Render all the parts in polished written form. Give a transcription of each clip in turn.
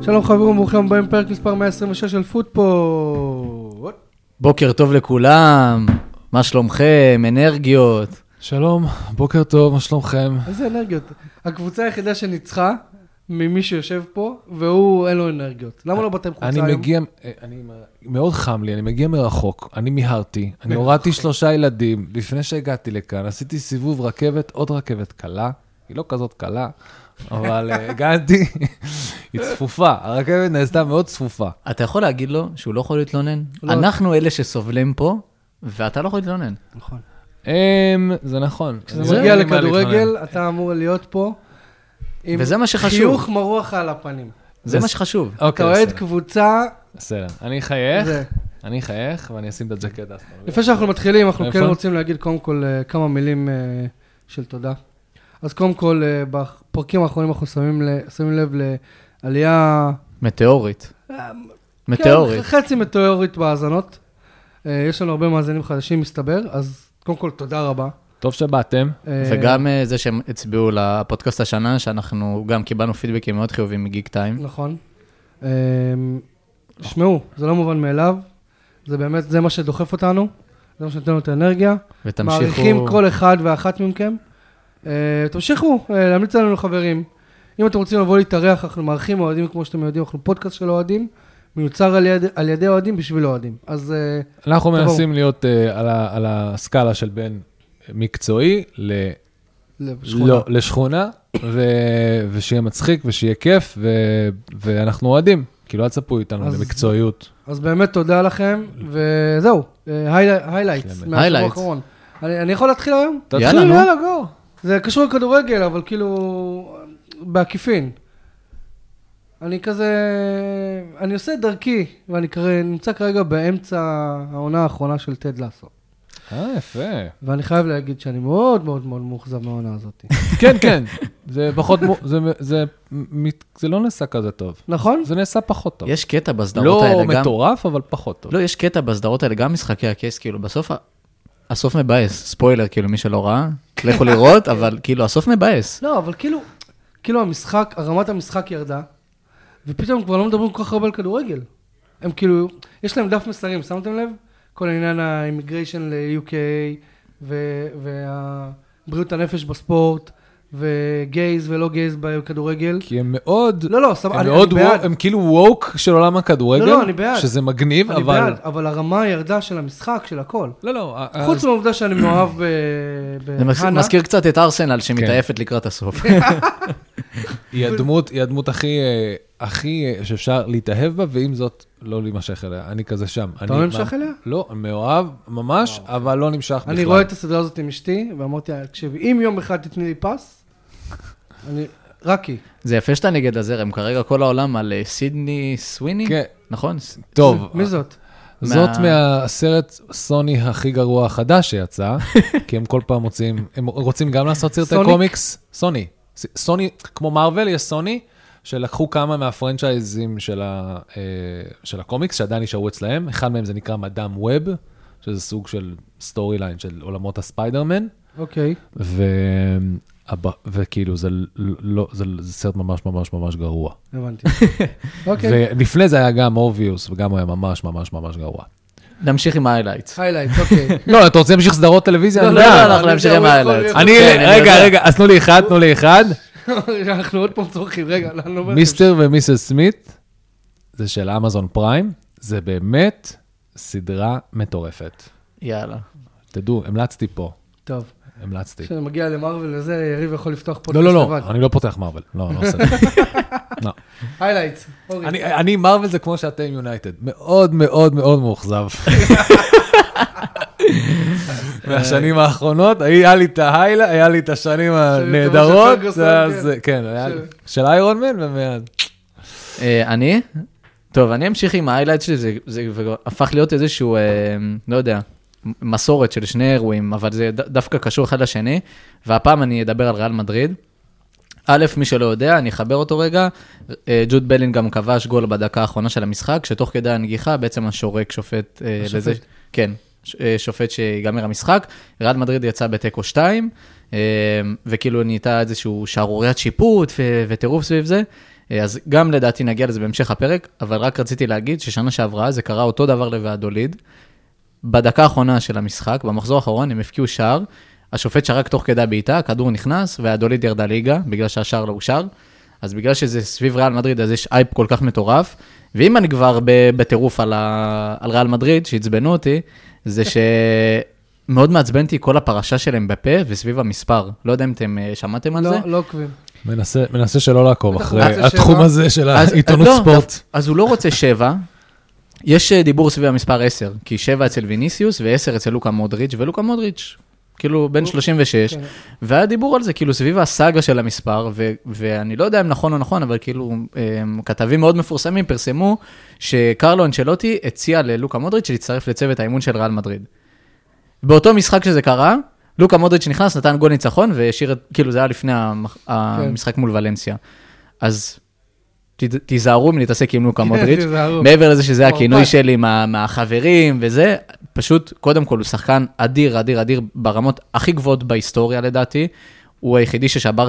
שלום חברים, ברוכים הבאים פרק מספר 126 של פוטפוד. בוקר טוב לכולם, מה שלומכם, אנרגיות? שלום, בוקר טוב, מה שלומכם? איזה אנרגיות? הקבוצה היחידה שניצחה ממי שיושב פה, והוא אין לו אנרגיות. למה לא באתם חוצה היום? מאוד חם לי, אני מגיע מרחוק, אני מיהרתי, אני הורדתי 3 ילדים, לפני שהגעתי לכאן, עשיתי סיבוב רכבת, עוד רכבת קלה, היא לא כזאת קלה, אבל הגעתי, היא צפופה, הרכבת נעשתה מאוד צפופה. אתה יכול להגיד לו שהוא לא יכול להתלונן? אנחנו אלה שסובלים פה, ואתה לא יכול להתלונן. נכון. זה נכון. כשזה מגיע לכדורגל, אתה אמור להיות פה עם חיוך מרוח על הפנים. זה מה שחשוב. אתה אוהד קבוצה... בסדר, אני אחייך ואני אשים את הג'קט. לפני שאנחנו מתחילים, אנחנו כן רוצים להגיד קודם כל כמה מילים של תודה. אז קודם כל, בפרקים האחרונים אנחנו שמים לב לעלייה... מטאורית. כן, חצי מטאורית בהאזנות. יש לנו הרבה מאזינים חדשים, מסתבר, אז קודם כל, תודה רבה. טוב שבאתם. וגם זה שהם הצביעו לפודקאסט השנה, שאנחנו גם קיבלנו פידבקים מאוד חיובים מגיק טיים. נכון. שמעו, זה לא מובן מאליו. זה באמת, זה מה שדוחף אותנו. זה מה שנותן לנו את האנרגיה. ותמשיכו... מעריכים כל אחד ואחת מכם. תמשיכו להמליץ עלינו לחברים. אם אתם רוצים לבוא להתארח, אנחנו מערכים אוהדים, כמו שאתם יודעים, אנחנו פודקאסט של אוהדים, מיוצר על ידי אוהדים בשביל אוהדים. אז אנחנו מנסים להיות על הסקאלה של בין מקצועי לשכונה, ושיהיה מצחיק ושיהיה כיף, ואנחנו אוהדים, כאילו אל תספרו איתנו למקצועיות. אז באמת תודה לכם, וזהו, היילייטס מהשבוע האחרון. אני יכול להתחיל היום? יאללה, גו. זה קשור לכדורגל, אבל כאילו, בעקיפין. אני עושה את דרכי, ואני נמצא כרגע באמצע העונה האחרונה של טד לאסו. יפה. ואני חייב להגיד שאני מאוד מאוד מאוד מאוכזב מהעונה הזאת. כן, כן. זה פחות, זה לא נעשה כזה טוב. נכון? זה נעשה פחות טוב. יש קטע בסדרות האלה גם... לא מטורף, אבל פחות טוב. לא, יש קטע בסדרות האלה, גם משחקי הכס, כאילו, בסוף... הסוף מבאס, ספוילר, כאילו, מי שלא ראה, לכו לראות, אבל כאילו, הסוף מבאס. לא, אבל כאילו המשחק, הרמת המשחק ירדה, ופתאום כבר לא מדברים כל כך הרבה על כדורגל. הם כאילו, יש להם דף מסרים, שמתם לב? כל העניין האימיגריישן ל-UK, והבריאות הנפש בספורט, וגייז ולא גייז בכדורגל. כי הם מאוד... לא, אני בעד. הם כאילו ווק של עולם הכדורגל. לא, אני בעד. שזה מגניב, אני בעד, אבל הרמה ירדה של המשחק, של הכל. לא. חוץ מהעובדה שאני מאוהב בהנה. זה מזכיר קצת את ארסנל שמתעפת לקראת הסוף. היא הדמות הכי שאפשר להתאהב בה, ועם זאת לא להימשך אליה. אני כזה שם. אתה לא נמשך אליה? לא, מאוהב ממש, אבל לא נמשך בכלל. אני רואה את הסדרה הזאת עם אשתי, ואמרתי, אם יום אחד תתני לי פס, רק היא. זה יפה שאתה נגד הזרם, כרגע כל העולם על סידני סוויני, נכון? טוב. מי זאת? זאת מהסרט סוני הכי גרוע החדש שיצא, כי הם כל פעם הם רוצים גם לעשות סרטי קומיקס. סוני, כמו מרוול, יש סוני, שלקחו כמה מהפרנצ'ייזים של הקומיקס, שעדיין נשארו אצלהם. אחד מהם זה נקרא מדאם ווב, שזה סוג של סטורי ליין של עולמות הספיידרמן. אוקיי. וכאילו, זה סרט ממש ממש ממש גרוע. הבנתי. ולפני זה היה גם אובייוס, וגם הוא היה ממש ממש ממש גרוע. נמשיך עם ההיילייטס. היילייטס, אוקיי. לא, אתה רוצה להמשיך סדרות טלוויזיה? לא, אנחנו נמשיך עם ההיילייטס. רגע, אז תנו לי אחד. אנחנו עוד פעם צורכים, רגע. מיסטר ומיסס סמית, זה של אמזון פריים, זה באמת סדרה מטורפת. יאללה. תדעו, המלצתי פה. טוב. המלצתי. כשאני מגיע למרוול וזה, יריב יכול לפתוח פודקאסט לבד. לא, אני לא פותח מרוול. לא עושה. לא. היילייטס. אני מרוול זה כמו שאתם יונייטד. מאוד מאוד מאוד מאוכזב. מהשנים האחרונות, היה לי את השנים הנהדרות. כן, של איירון מן ומעד. אני? טוב, אני אמשיך עם ההיילייטס שלי, זה הפך להיות איזשהו, לא יודע, מסורת של שני אירועים, אבל זה דווקא קשור אחד לשני, והפעם אני אדבר על ריאל מדריד. א', מי שלא יודע, אני אחבר אותו רגע, ג'וד בלינגהאם כבש גול בדקה האחרונה של המשחק, שתוך כדי הנגיחה בעצם השורק שופט לזה, כן, שופט שיגמר המשחק, ריאל מדריד יצא בטקו 2, וכאילו נהייתה איזשהו שערוריית שיפוט וטירוף סביב זה, אז גם לדעתי נגיע לזה בהמשך הפרק, אבל רק רציתי להגיד ששנה שעברה זה קרה אותו דבר לוועדוליד, בדקה האחרונה של המשחק, במחזור האחרון הם הפקיעו שער, השופט שרק תוך כדי בעיטה, הכדור נכנס, והוועדוליד ירדה ליגה, בגלל שהשער לא אושר, אז בגלל שזה סביב ריאל מדריד, אז יש אייפ כל כך מטורף, ואם אני כבר בטירוף על ריאל מדריד, שהצבנו אותי, זה שמאוד מעצבנתי כל הפרשה שלהם בפה וסביב המספר. לא יודע אם אתם שמעתם על זה? לא עוקבים. מנסה שלא לעקוב אחרי התחום הזה של העיתונות ספורט. אז הוא לא רוצה 7, יש דיבור סביב המספר 10, כי 7 אצל ויניסיוס ו10 אצל לוקה מודריץ', ולוקה מודריץ' כאילו בן 36, והיה דיבור על זה, כאילו סביב הסאגה של המספר, ואני לא יודע אם נכון או נכון, אבל כאילו כתבים מאוד מפורסמים פרסמו, שקרלו אנצ'לוטי הציע ללוקה מודריץ' להצטרף לצוות האימון של ריאל מדריד. באותו משחק שזה קרה, לוקה מודריץ' נכנס, נתן גול ניצחון, והשאיר, כאילו זה היה לפני המשחק מול ולנסיה. אז תיזהרו מלהתעסק עם לוקה מודריץ', מעבר לזה שזה הכינוי שלי מהחברים וזה, פשוט, קודם כל, הוא שחקן אדיר, אדיר, אדיר, ברמות הכי גבוהות בהיסטוריה, לדעתי. הוא היחידי ששבר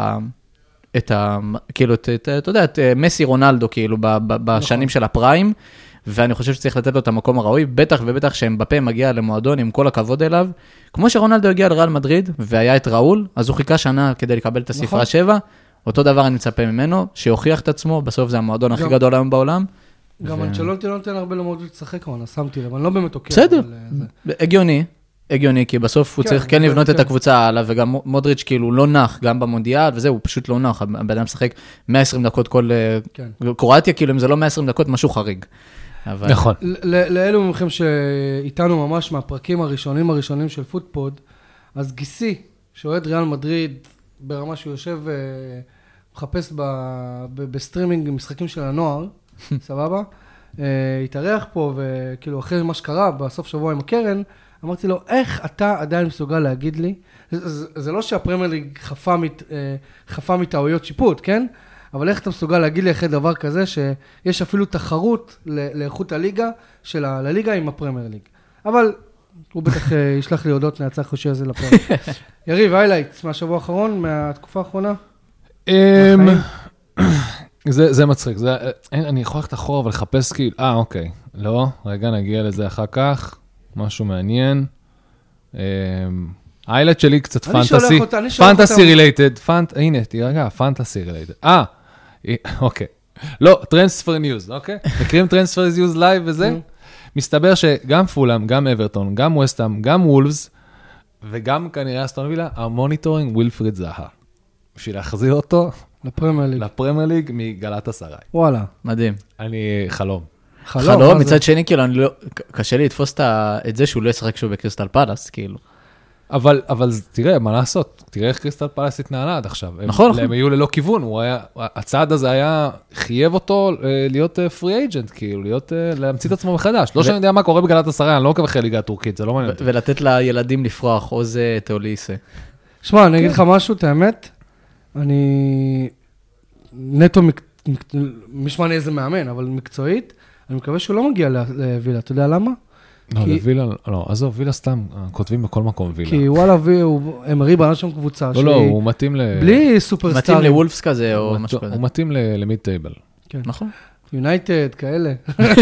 כאילו, אתה יודע, את מסי רונלדו, כאילו, בשנים של הפריים, ואני חושב שצריך לתת לו את המקום הראוי, בטח ובטח שאמבפה מגיע למועדון עם כל הכבוד אליו, כמו שרונלדו הגיע לריאל מדריד, והיה את ראול, אז הוא חיכה שנה כדי לקבל את הספרה 7, אותו דבר אני מצפה ממנו, שיוכיח את עצמו, בסוף זה המועדון הכי גדול היום בעולם. גם אנצ'לוטי לא נותן הרבה למועדון לשחק, אבל שמתי לב, אבל לא באמת עוקב. בסדר, הגיוני, כי בסוף הוא צריך כן לבנות את הקבוצה הלאה, וגם מודריץ' כאילו לא נח, גם במונדיאל, וזה, הוא פשוט לא נח, הבן אדם משחק 120 דקות כל... קרואטיה, כאילו אם זה לא 120 דקות, משהו חריג. נכון. לאלו מכם שאיתנו ממש מהפרקים הראשונים של פוטפוד, אז גיסי, שאוהד ריאל מדריד, ברמה שהוא יושב ומחפש בסטרימינג משחקים של הנוער, סבבה? התארח פה, וכאילו אחרי מה שקרה בסוף שבוע עם הקרן, אמרתי לו, איך אתה עדיין מסוגל להגיד לי? זה לא שהפרמייר ליג חפה מטעויות שיפוט, כן? אבל איך אתה מסוגל להגיד לי אחרי דבר כזה, שיש אפילו תחרות לאיכות הליגה של הליגה עם הפרמייר ליג. אבל הוא בטח ישלח לי הודות נעצה חושי הזה לפרק. יריב, היילייטס מהשבוע האחרון, מהתקופה האחרונה? זה מצחיק, אני יכול ללכת אחורה ולחפש כאילו, אוקיי, לא, רגע נגיע לזה אחר כך, משהו מעניין. היילייט שלי קצת פנטסי רילייטד, הנה, תירגע, פנטסי רילייטד. אוקיי, לא, טרנספר ניוז, אוקיי? מכירים טרנספר ניוז לייב וזה? מסתבר שגם פולאם, גם אברטון, גם ווסטהאם, גם וולפס, וגם כנראה אסטון וילה, המוניטורינג ווילפריד זאהה. בשביל להחזיר אותו לפרמייר ליג מגלאטסראי. וואלה. מדהים. אני חלום. חלום, מצד שני, כאילו, קשה לי לתפוס את זה שהוא לא ישחק שוב בקריסטל פלאס, כאילו. אבל תראה, מה לעשות? תראה איך קריסטל פלאס התנהלה עד עכשיו. נכון. הם היו ללא כיוון, הצעד הזה היה, חייב אותו להיות פרי אייג'נט, כאילו, להמציא את עצמו מחדש. לא שאני יודע מה קורה בגלאטסראי, אני לא עוקב אחרי ליגה הטורקית, זה לא מעניין. ולתת לילדים לפרוח, או זה תאוליסה. שמע, אני אגיד לך משהו, את האמת, אני נטו, משמע איזה מאמן, אבל מקצועית, אני מקווה שהוא לא מגיע לווילה, אתה יודע למה? לא, לווילה, לא, אז וילה סתם, כותבים בכל מקום וילה. כי וואלה, הם הרי בנה שם קבוצה. לא, הוא מתאים בלי סופרסטארים. מתאים לוולפס כזה או משהו כזה. הוא מתאים למיד טייבל. נכון. יונייטד, כאלה.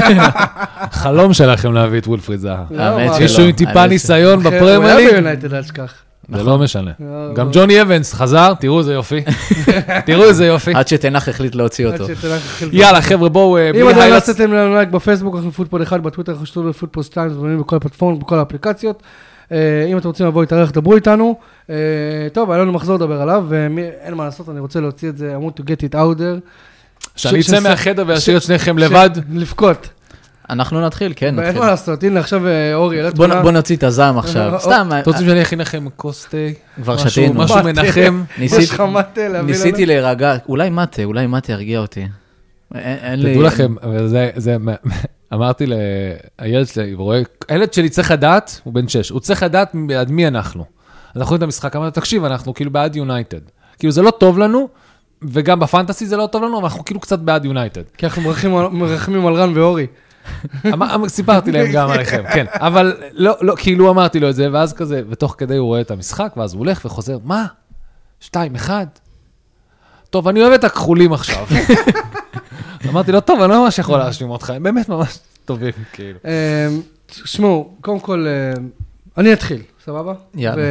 חלום שלכם להביא את וולפריד זאהה. יש לו טיפה ניסיון בפרמייר ליג. הוא היה ביונייטד, אל תשכח. זה לא משנה. גם ג'וני אבנס חזר, תראו איזה יופי. תראו איזה יופי. עד שתנח החליט להוציא אותו. יאללה, חבר'ה, בואו... אם אתם לא עשיתם לנו לייק בפייסבוק, אנחנו פוטפוד 1, בטוויטר, אנחנו שתו בפוטפוד 2, זמנים בכל הפלטפורמות, בכל האפליקציות. אם אתם רוצים לבוא להתארח, דברו איתנו. טוב, היה לנו מחזור לדבר עליו, ואין מה לעשות, אני רוצה להוציא את זה, I want to get it out there. שאני אצא מהחדר ואשאיר את שניכם לבד. לבכות. אנחנו נתחיל, כן, נתחיל. אין מה לעשות, הנה עכשיו אורי, בוא נוציא את הזעם עכשיו, סתם. אתה רוצים שאני אכין לכם כוס תה? כבר שתינו. משהו מנחם. ניסיתי להירגע, אולי מטה הרגיע אותי. תדעו לכם, אמרתי לילד שלי, הילד שלי צריך לדעת, הוא בן 6, הוא צריך לדעת בעד מי אנחנו. אנחנו רואים את המשחק, אמרתי, תקשיב, אנחנו כאילו בעד יונייטד. כאילו זה לא טוב לנו, וגם בפנטסי זה לא טוב לנו, אבל אנחנו כאילו קצת בעד יונייטד. כי אנחנו מרחמים על רן ואורי. סיפרתי להם גם עליכם, כן. אבל לא, כאילו אמרתי לו את זה, ואז כזה, ותוך כדי הוא רואה את המשחק, ואז הוא הולך וחוזר, מה? 2-1? טוב, אני אוהב את הכחולים עכשיו. אמרתי לו, טוב, אני לא ממש יכול להשלים אותך, הם באמת ממש טובים, כאילו. שמעו, קודם כל, אני אתחיל, סבבה? יאללה.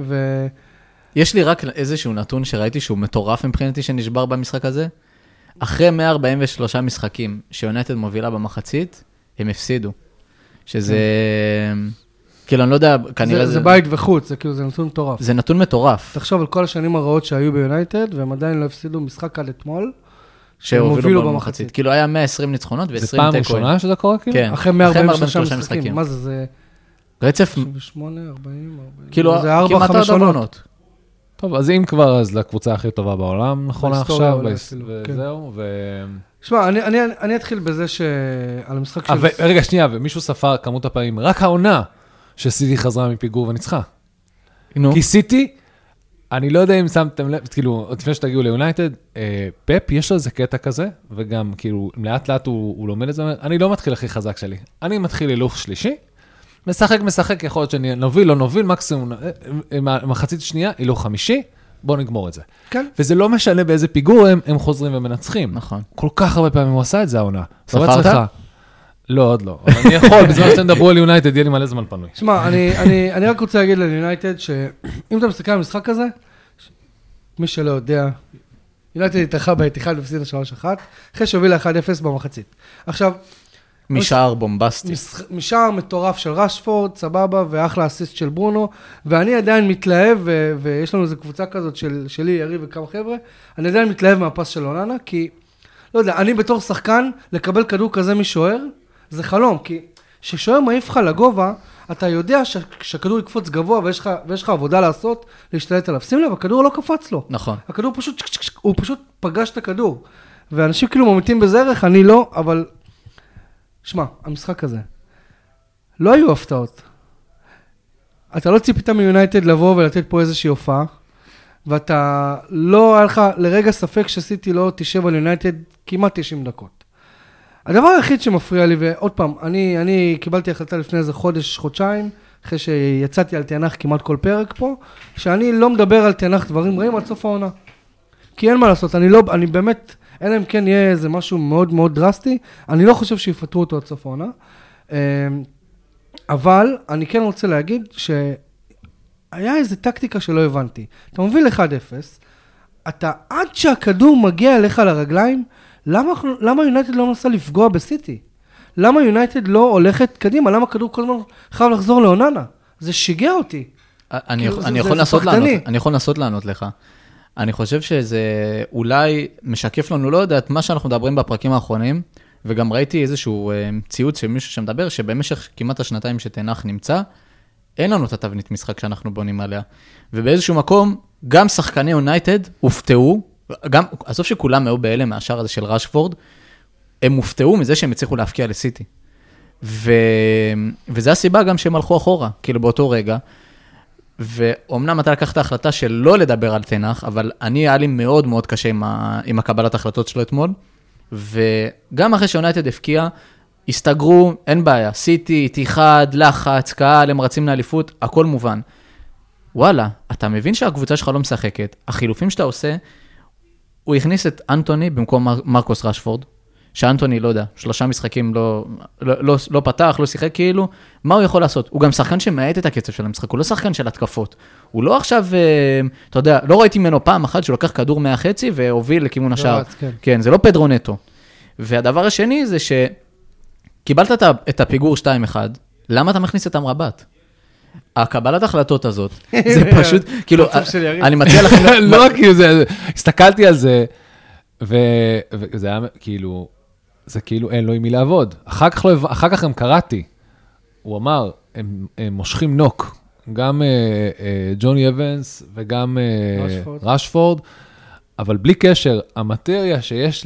יש לי רק איזשהו נתון שראיתי שהוא מטורף מבחינתי שנשבר במשחק הזה. אחרי 143 משחקים שיונייטד מובילה במחצית, הם הפסידו. שזה, כאילו, אני לא יודע, כנראה זה בית וחוץ, זה כאילו, זה נתון מטורף. זה נתון מטורף. תחשוב על כל השנים הרעות שהיו ביונייטד, והם עדיין לא הפסידו משחק עד אתמול, שהובילו במחצית. כאילו, היה 120 ניצחונות ו-20 תיקואים. זה פעם ראשונה שזה קורה, כאילו? כן. אחרי 143 משחקים. מה זה, זה... רצף... 38, 40, כאילו, זה 4-5 עונות. טוב, אז אם כבר, אז לקבוצה הכי טובה בעולם, נכון עכשיו, וזהו, שמע, אני אתחיל בזה שעל המשחק של... רגע, שנייה, ומישהו ספר כמות הפעמים, רק העונה שסיטי חזרה מפיגור וניצחה. כי סיטי, אני לא יודע אם שמתם לב, כאילו, לפני שתגיעו ליונייטד, פפ, יש לו איזה קטע כזה, וגם, כאילו, לאט לאט הוא לומד את זה, אני לא מתחיל הכי חזק שלי, אני מתחיל הילוך שלישי, משחק, יכול להיות שנוביל, לא נוביל, מקסימום, מחצית שנייה, הילוך חמישי, בואו נגמור את זה. כן. וזה לא משנה באיזה פיגור הם חוזרים ומנצחים. נכון. כל כך הרבה פעמים הוא עשה את זה, העונה. ספרת? לא, עוד לא. אבל אני יכול, בזמן שאתם דברו על יונייטד, יהיה לי מלא זמן פנוי. שמע, אני רק רוצה להגיד ליונייטד, שאם אתה מסתכל על המשחק הזה, מי שלא יודע, יונייטד התארחה באתיחד והפסידה 3-1, אחרי שהובילה 1-0 במחצית. עכשיו, משער בומבסטי. משער מטורף של רשפורד, סבבה, ואחלה אסיסט של ברונו, ואני עדיין מתלהב, ויש לנו איזו קבוצה כזאת שלי, יריב וכמה חבר'ה, אני עדיין מתלהב מהפס של אוננה, כי, לא יודע, אני בתור שחקן, לקבל כדור כזה משוער, זה חלום, כי כששוער מעיף לך לגובה, אתה יודע שהכדור יקפוץ גבוה, ויש לך עבודה לעשות, להשתלט עליו. שים לב, הכדור לא קפץ לו. נכון. הכדור פשוט, הוא פשוט פגש את הכדור. ואנשים כאילו ממיתים בזה ערך, אני לא, אבל... שמע, המשחק הזה, לא היו הפתעות. אתה לא ציפית מיונייטד לבוא ולתת פה איזושהי הופעה, ואתה לא היה לך לרגע ספק שסיטי לא תשב על יונייטד כמעט 90 דקות. הדבר היחיד שמפריע לי, ועוד פעם, אני קיבלתי החלטה לפני איזה חודשיים, אחרי שיצאתי על תיאנח כמעט כל פרק פה, שאני לא מדבר על תיאנח דברים רעים עד סוף העונה. כי אין מה לעשות, אני באמת... אלא אם כן יהיה איזה משהו מאוד מאוד דרסטי, אני לא חושב שיפטרו אותו עד סוף העונה, אבל אני כן רוצה להגיד שהיה איזו טקטיקה שלא הבנתי. אתה מוביל 1-0, אתה עד שהכדור מגיע אליך לרגליים, למה יונייטד לא מנסה לפגוע בסיטי? למה יונייטד לא הולכת קדימה? למה הכדור כל הזמן חייב לחזור לאוננה? זה שיגע אותי. אני יכול לנסות לענות לך. אני חושב שזה אולי משקף לנו, לא יודעת, מה שאנחנו מדברים בפרקים האחרונים, וגם ראיתי איזשהו ציוץ של מישהו שמדבר, שבמשך כמעט השנתיים שתנח נמצא, אין לנו את התבנית משחק שאנחנו בונים עליה. ובאיזשהו מקום, גם שחקני יונייטד הופתעו, גם, עזוב שכולם היו בהלם מהשאר הזה של רשפורד, הם הופתעו מזה שהם הצליחו להפקיע לסיטי. וזה הסיבה גם שהם הלכו אחורה, כאילו באותו רגע, ואומנם אתה לקחת ההחלטה של לא לדבר על תנח, אבל היה לי מאוד מאוד קשה עם הקבלת ההחלטות שלו אתמול, וגם אחרי שיונייטד הפקיע, הסתגרו, אין בעיה, סיטי, איתיחד, לחץ, קהל, הם רצים לאליפות, הכל מובן. וואלה, אתה מבין שהקבוצה שלך לא משחקת, החילופים שאתה עושה, הוא הכניס את אנטוני במקום מרקוס רשפורד, שאנטוני, לא יודע, 3 משחקים לא פתח, לא שיחק כאילו, מה הוא יכול לעשות? הוא גם שחקן שמעט את הקצב של המשחק, הוא לא שחקן של התקפות. הוא לא עכשיו, אתה יודע, לא ראיתי ממנו פעם אחת שהוא לקח כדור מהחצי והוביל לכיוון השאר. כן, זה לא פדרו נטו. והדבר השני זה שקיבלת את הפיגור 2-1, למה אתה מכניס את אמרבת? הקבלת החלטות הזאת, זה פשוט, כאילו, אני מציע לכם... לא, כאילו, הסתכלתי על זה, וזה היה כאילו, זה כאילו אין לו עם מי לעבוד. אחר כך הם קראתי, הוא אמר, הם מושכים נוק, גם ג'וני אבנס וגם רשפורד, אבל בלי קשר, המטריה שיש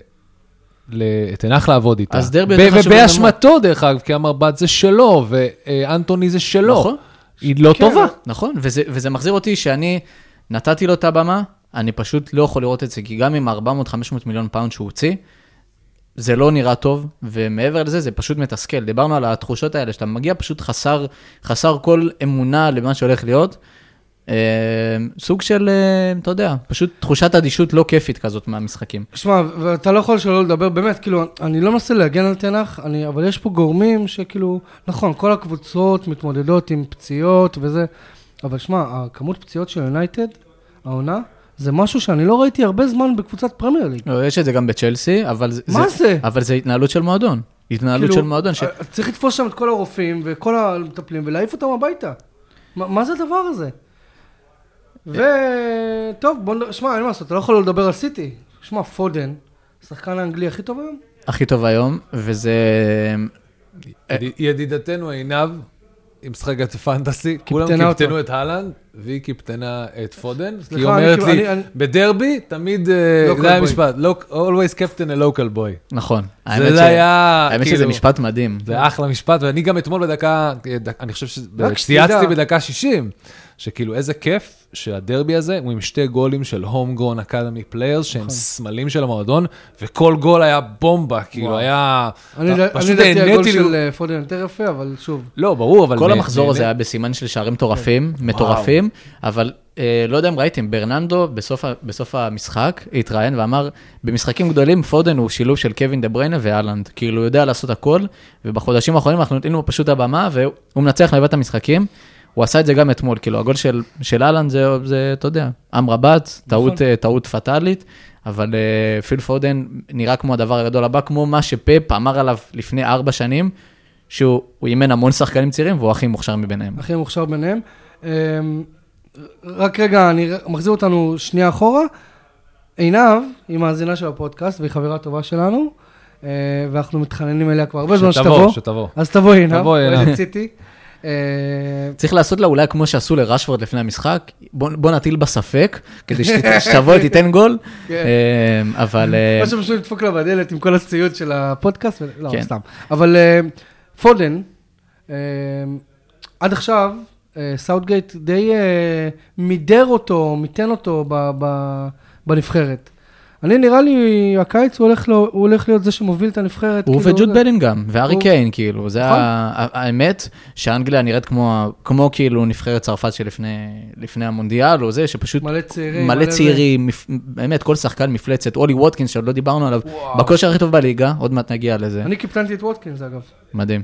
לתנח לעבוד איתה. אז דרבי יותר חשוב. ובאשמתו דרך אגב, כי המרבט זה שלו, ואנטוני זה שלו. נכון. היא לא טובה. נכון, וזה מחזיר אותי שאני נתתי לו את הבמה, אני פשוט לא יכול לראות את זה, כי גם עם 400-500 מיליון פאונד שהוא הוציא, זה לא נראה טוב, ומעבר לזה זה פשוט מתסכל. דיברנו על התחושות האלה, שאתה מגיע פשוט חסר כל אמונה למה שהולך להיות, סוג של, אתה יודע, פשוט תחושת אדישות לא כיפית כזאת מהמשחקים. שמע, ואתה לא יכול שלא לדבר, באמת, כאילו, אני לא מנסה להגן על תנח, אבל יש פה גורמים שכאילו, נכון, כל הקבוצות מתמודדות עם פציעות וזה, אבל שמע, הכמות פציעות של יונייטד, העונה, זה משהו שאני לא ראיתי הרבה זמן בקבוצת פרמייר ליג. יש את זה גם בצ'לסי, מה זה? אבל זה התנהלות של מועדון. התנהלות של מועדון. צריך לתפוס שם את כל הרופאים וכל המטפלים ולהעיף אותם הביתה. מה זה הדבר הזה? וטוב, בוא נדבר, שמע, אין מה לעשות, אתה לא יכול לדבר על סיטי. שמע, פודן, שחקן האנגלי הכי טוב היום? הכי טוב היום, וזה... ידידתנו עינב, היא משחקת פנטסי, כולם קיפטנו את הלנד, והיא קיפטנה את פודן, כי היא אומרת לי, בדרבי, תמיד, זה היה משפט, always captain a local boy. נכון. זה היה... האמת שזה משפט מדהים. זה אחלה משפט, ואני גם אתמול בדקה, אני חושב שצייצתי בדקה 60, שכאילו איזה כיף שהדרבי הזה הוא עם 2 גולים של Homegrown Academy Players, שהם סמלים של המועדון, וכל גול היה בומבה, כאילו היה... אני דעתי הגול של פודן יותר יפה, אבל שוב. לא, ברור, אבל... כל המחזור הזה היה בסימן של שערים מטורפים, אבל לא יודע אם ראיתם, ברננדו בסוף המשחק התראיין ואמר, במשחקים גדולים פודן הוא שילוב של קווין דה בריינה ואלנד, כאילו הוא יודע לעשות הכל, ובחודשים האחרונים אנחנו נותנים לו פשוט הבמה, והוא מנצח לבד המשחקים, הוא עשה את זה גם אתמול, כאילו הגול של אלנד זה, אתה יודע, אמרבת, טעות פטאלית, אבל פיל פודן נראה כמו הדבר הגדול הבא, כמו מה שפפ אמר עליו לפני 4 שנים, שהוא אימן המון שחקנים צעירים, והוא הכי מוכשר מביניהם. הכי מוכשר ביניהם. רק רגע, אני מחזיר אותנו שנייה אחורה. עינב, היא מאזינה של הפודקאסט, והיא חברה טובה שלנו, ואנחנו מתחננים אליה כבר הרבה זמן שתבוא. אז תבוא עינב, רציתי. צריך לעשות לה אולי כמו שעשו לרשפורד לפני המשחק, בוא נטיל בספק, כדי שתבוא תיתן גול, אבל... מה שפשוט לדפוק לה בדלת עם כל הציוד של הפודקאסט, לא, סתם. אבל פודן, עד עכשיו, סאוטגייט די מידר אותו, מיתן אותו בנבחרת. אני נראה לי, הקיץ הוא הולך להיות זה שמוביל את הנבחרת. הוא וג'וד בלינגהם, והארי קיין, כאילו, זה האמת, שאנגליה נראית כמו כאילו נבחרת צרפת שלפני המונדיאל, או זה שפשוט מלא צעירים, באמת, כל שחקן מפלצת, אולי ווטקינס, שעוד לא דיברנו עליו, בכושר הכי טוב בליגה, עוד מעט נגיע לזה. אני קיפטנתי את ווטקינס, אגב. מדהים.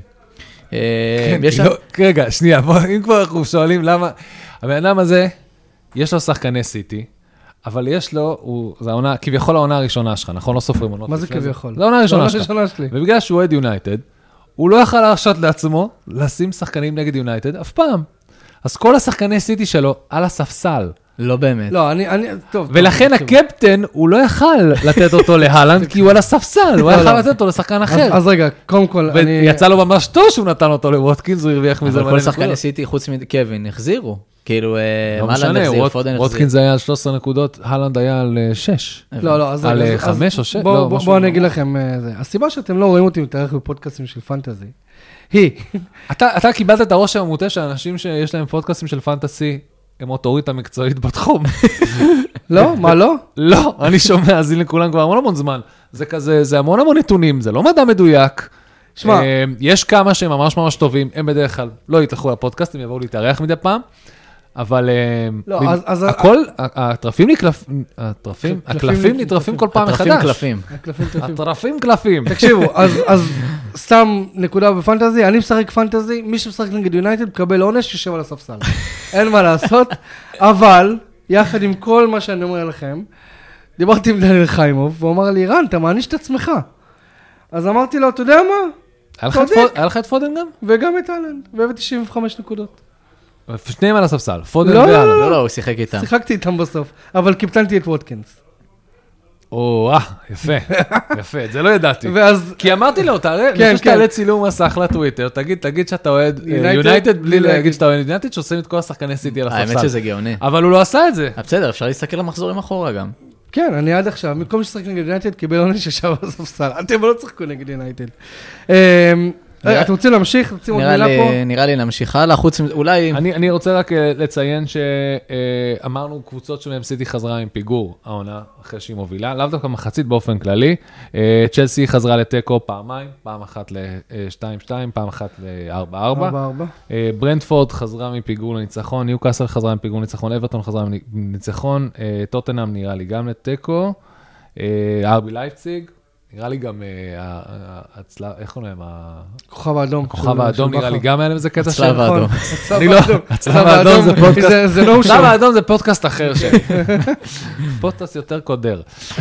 רגע, שנייה, אם כבר אנחנו שואלים למה, הבן אדם הזה, יש לו שחקני סיטי, אבל יש לו, זה העונה, כביכול העונה הראשונה שלך, נכון? לא סופרים עונות. מה זה כביכול? זה העונה הראשונה שלי. ובגלל שהוא אוהד יונייטד, הוא לא יכל להרשות לעצמו לשים שחקנים נגד יונייטד אף פעם. אז כל השחקני סיטי שלו על הספסל. לא באמת. לא, טוב. ולכן הקפטן, הוא לא יכל לתת אותו להלנד, כי הוא על הספסל, הוא יכל לתת אותו לשחקן אחר. אז רגע, קודם כל, ויצא לו ממש טוב שהוא נתן אותו לווטקינס, הוא הרוויח מזה. אבל כל שחקני סיטי חוץ מקווין, החזירו. כאילו, לא משנה, ווטקינס היה על 13 נקודות, הלנד היה על 6. לא, אז על 5 או 6. בואו אני אגיד לכם, הסיבה שאתם לא רואים אותי מתארך בפודקאסטים של פנטזי, היא... אתה קיבלת את הראש המוטה של אנשים שיש להם פודקאסטים של פנטסי, הם אוטוריטה מקצועית בתחום. לא? מה לא? לא, אני שומע, אז הנה לכולם כבר המון זמן. זה כזה, זה המון נתונים, זה לא מדע מדויק. שמה, יש כמה שהם ממש טובים, הם בדרך כלל לא יתחרו לפודקאסט, הם יבואו להתארח מדי פעם, אבל הכל, הקלפים נטרפים כל פעם מחדש. הטרפים קלפים. תקשיבו, אז סתם נקודה בפנטזי, אני משחק פנטזי, מי שמשחק נגד יונייטד מקבל עונש, יושב על הספסל. אין מה לעשות, אבל יחד עם כל מה שאני אומר לכם, דיברתי עם דניאל חיימוב, והוא אמר לי, רן, אתה מעניש את עצמך. אז אמרתי לו, אתה יודע מה? היה לך את פודן גם? וגם את אלנד, והבאתי 75 נקודות. שניהם על הספסל, פודן ואלנד. לא, הוא שיחק איתם. שיחקתי איתם בסוף, אבל קיפטנתי את ווטקינס. יפה, את זה לא ידעתי. כי אמרתי לו, לפני שתעלה צילום מסך לטוויטר, תגיד שאתה אוהד יונייטד, בלי להגיד שאתה אוהד יונייטד, שעושים את כל השחקני סיטי על הספסל. האמת שזה גאוני. אבל הוא לא עשה את זה. בסדר, אפשר להסתכל למחזורים אחורה גם. כן, אני עד עכשיו, מקום ששחק נגד יונייטד, קיבל עונש ששב על הספסל. אתם לא צחקו נגד יונייטד. אתם רוצים להמשיך? רוצים עוד מילה פה? נראה לי נמשיך הלאה, חוץ אולי... אני רוצה רק לציין שאמרנו קבוצות שמהם סיטי חזרה עם פיגור העונה אחרי שהיא מובילה, לאו דווקא מחצית באופן כללי. צ'לסי חזרה לטקו פעמיים, פעם אחת ל-2-2, פעם אחת ל-4-4. ברנטפורד חזרה מפיגור לניצחון, ניוקאסל חזרה מפיגור לניצחון, אברטון חזרה מניצחון, טוטנהאם נראה לי גם לטקו, ארבי לייפציג, נראה לי גם, איך קוראים להם? כוכב האדום. הכוכב האדום, נראה לי גם היה להם איזה קטע של... הצלב האדום. הצלב האדום זה פודקאסט... זה לא הצלב האדום זה פודקאסט אחר שלי. פודקאסט יותר קודר.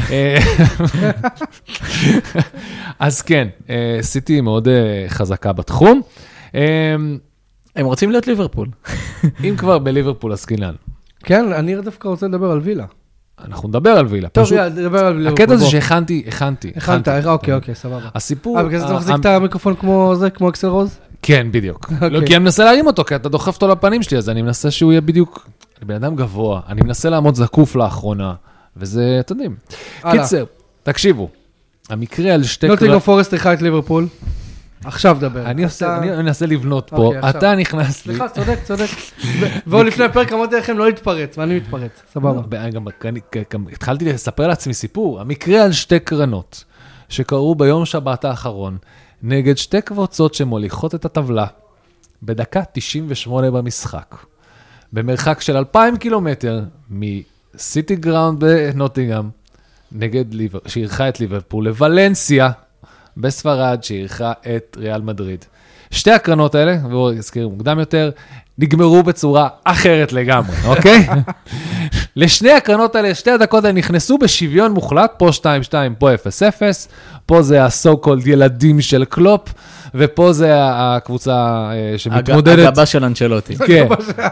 אז כן, סיטי מאוד חזקה בתחום. הם רוצים להיות ליברפול. אם כבר בליברפול עסקינן. כן, אני דווקא רוצה לדבר על וילה. אנחנו נדבר על וילה. טוב, נדבר על וילה. הקטע זה שהכנתי. אוקיי, סבבה. הסיפור... בגלל זה אתה מחזיק את המיקרופון כמו זה, כמו אקסל רוז? כן, בדיוק. כי אני מנסה להרים אותו, כי אתה דוחף אותו לפנים שלי, אז אני מנסה שהוא יהיה בדיוק... אני בן אדם גבוה, אני מנסה לעמוד זקוף לאחרונה, וזה, אתם יודעים. קיצר, תקשיבו, המקרה על שתי... נוטינגהאם פורסט אירחה את ליברפול. עכשיו דבר. אני מנסה לבנות פה, אתה נכנס לי. סליחה, צודק. ועוד לפני הפרק אמרתי לכם לא להתפרץ, ואני מתפרץ, סבבה. גם התחלתי לספר לעצמי סיפור, המקרה על שתי קרנות, שקראו ביום שבת האחרון, נגד שתי קבוצות שמוליכות את הטבלה, בדקה 98 במשחק, במרחק של 2,000 קילומטר, מסיטי גראונד בנוטינגהאם, שאירחה את ליברפול, לוולנסיה, בספרד, שאירחה את ריאל מדריד. שתי הקרנות האלה, והוא הזכיר מוקדם יותר, נגמרו בצורה אחרת לגמרי, אוקיי? לשני הקרנות האלה, שתי הדקות האלה נכנסו בשוויון מוחלט, פה 2-2, פה 0-0, פה זה הסו-קולד ילדים של קלופ, ופה זה הקבוצה שמתמודדת... הגבה של אנצ'לוטי. כן.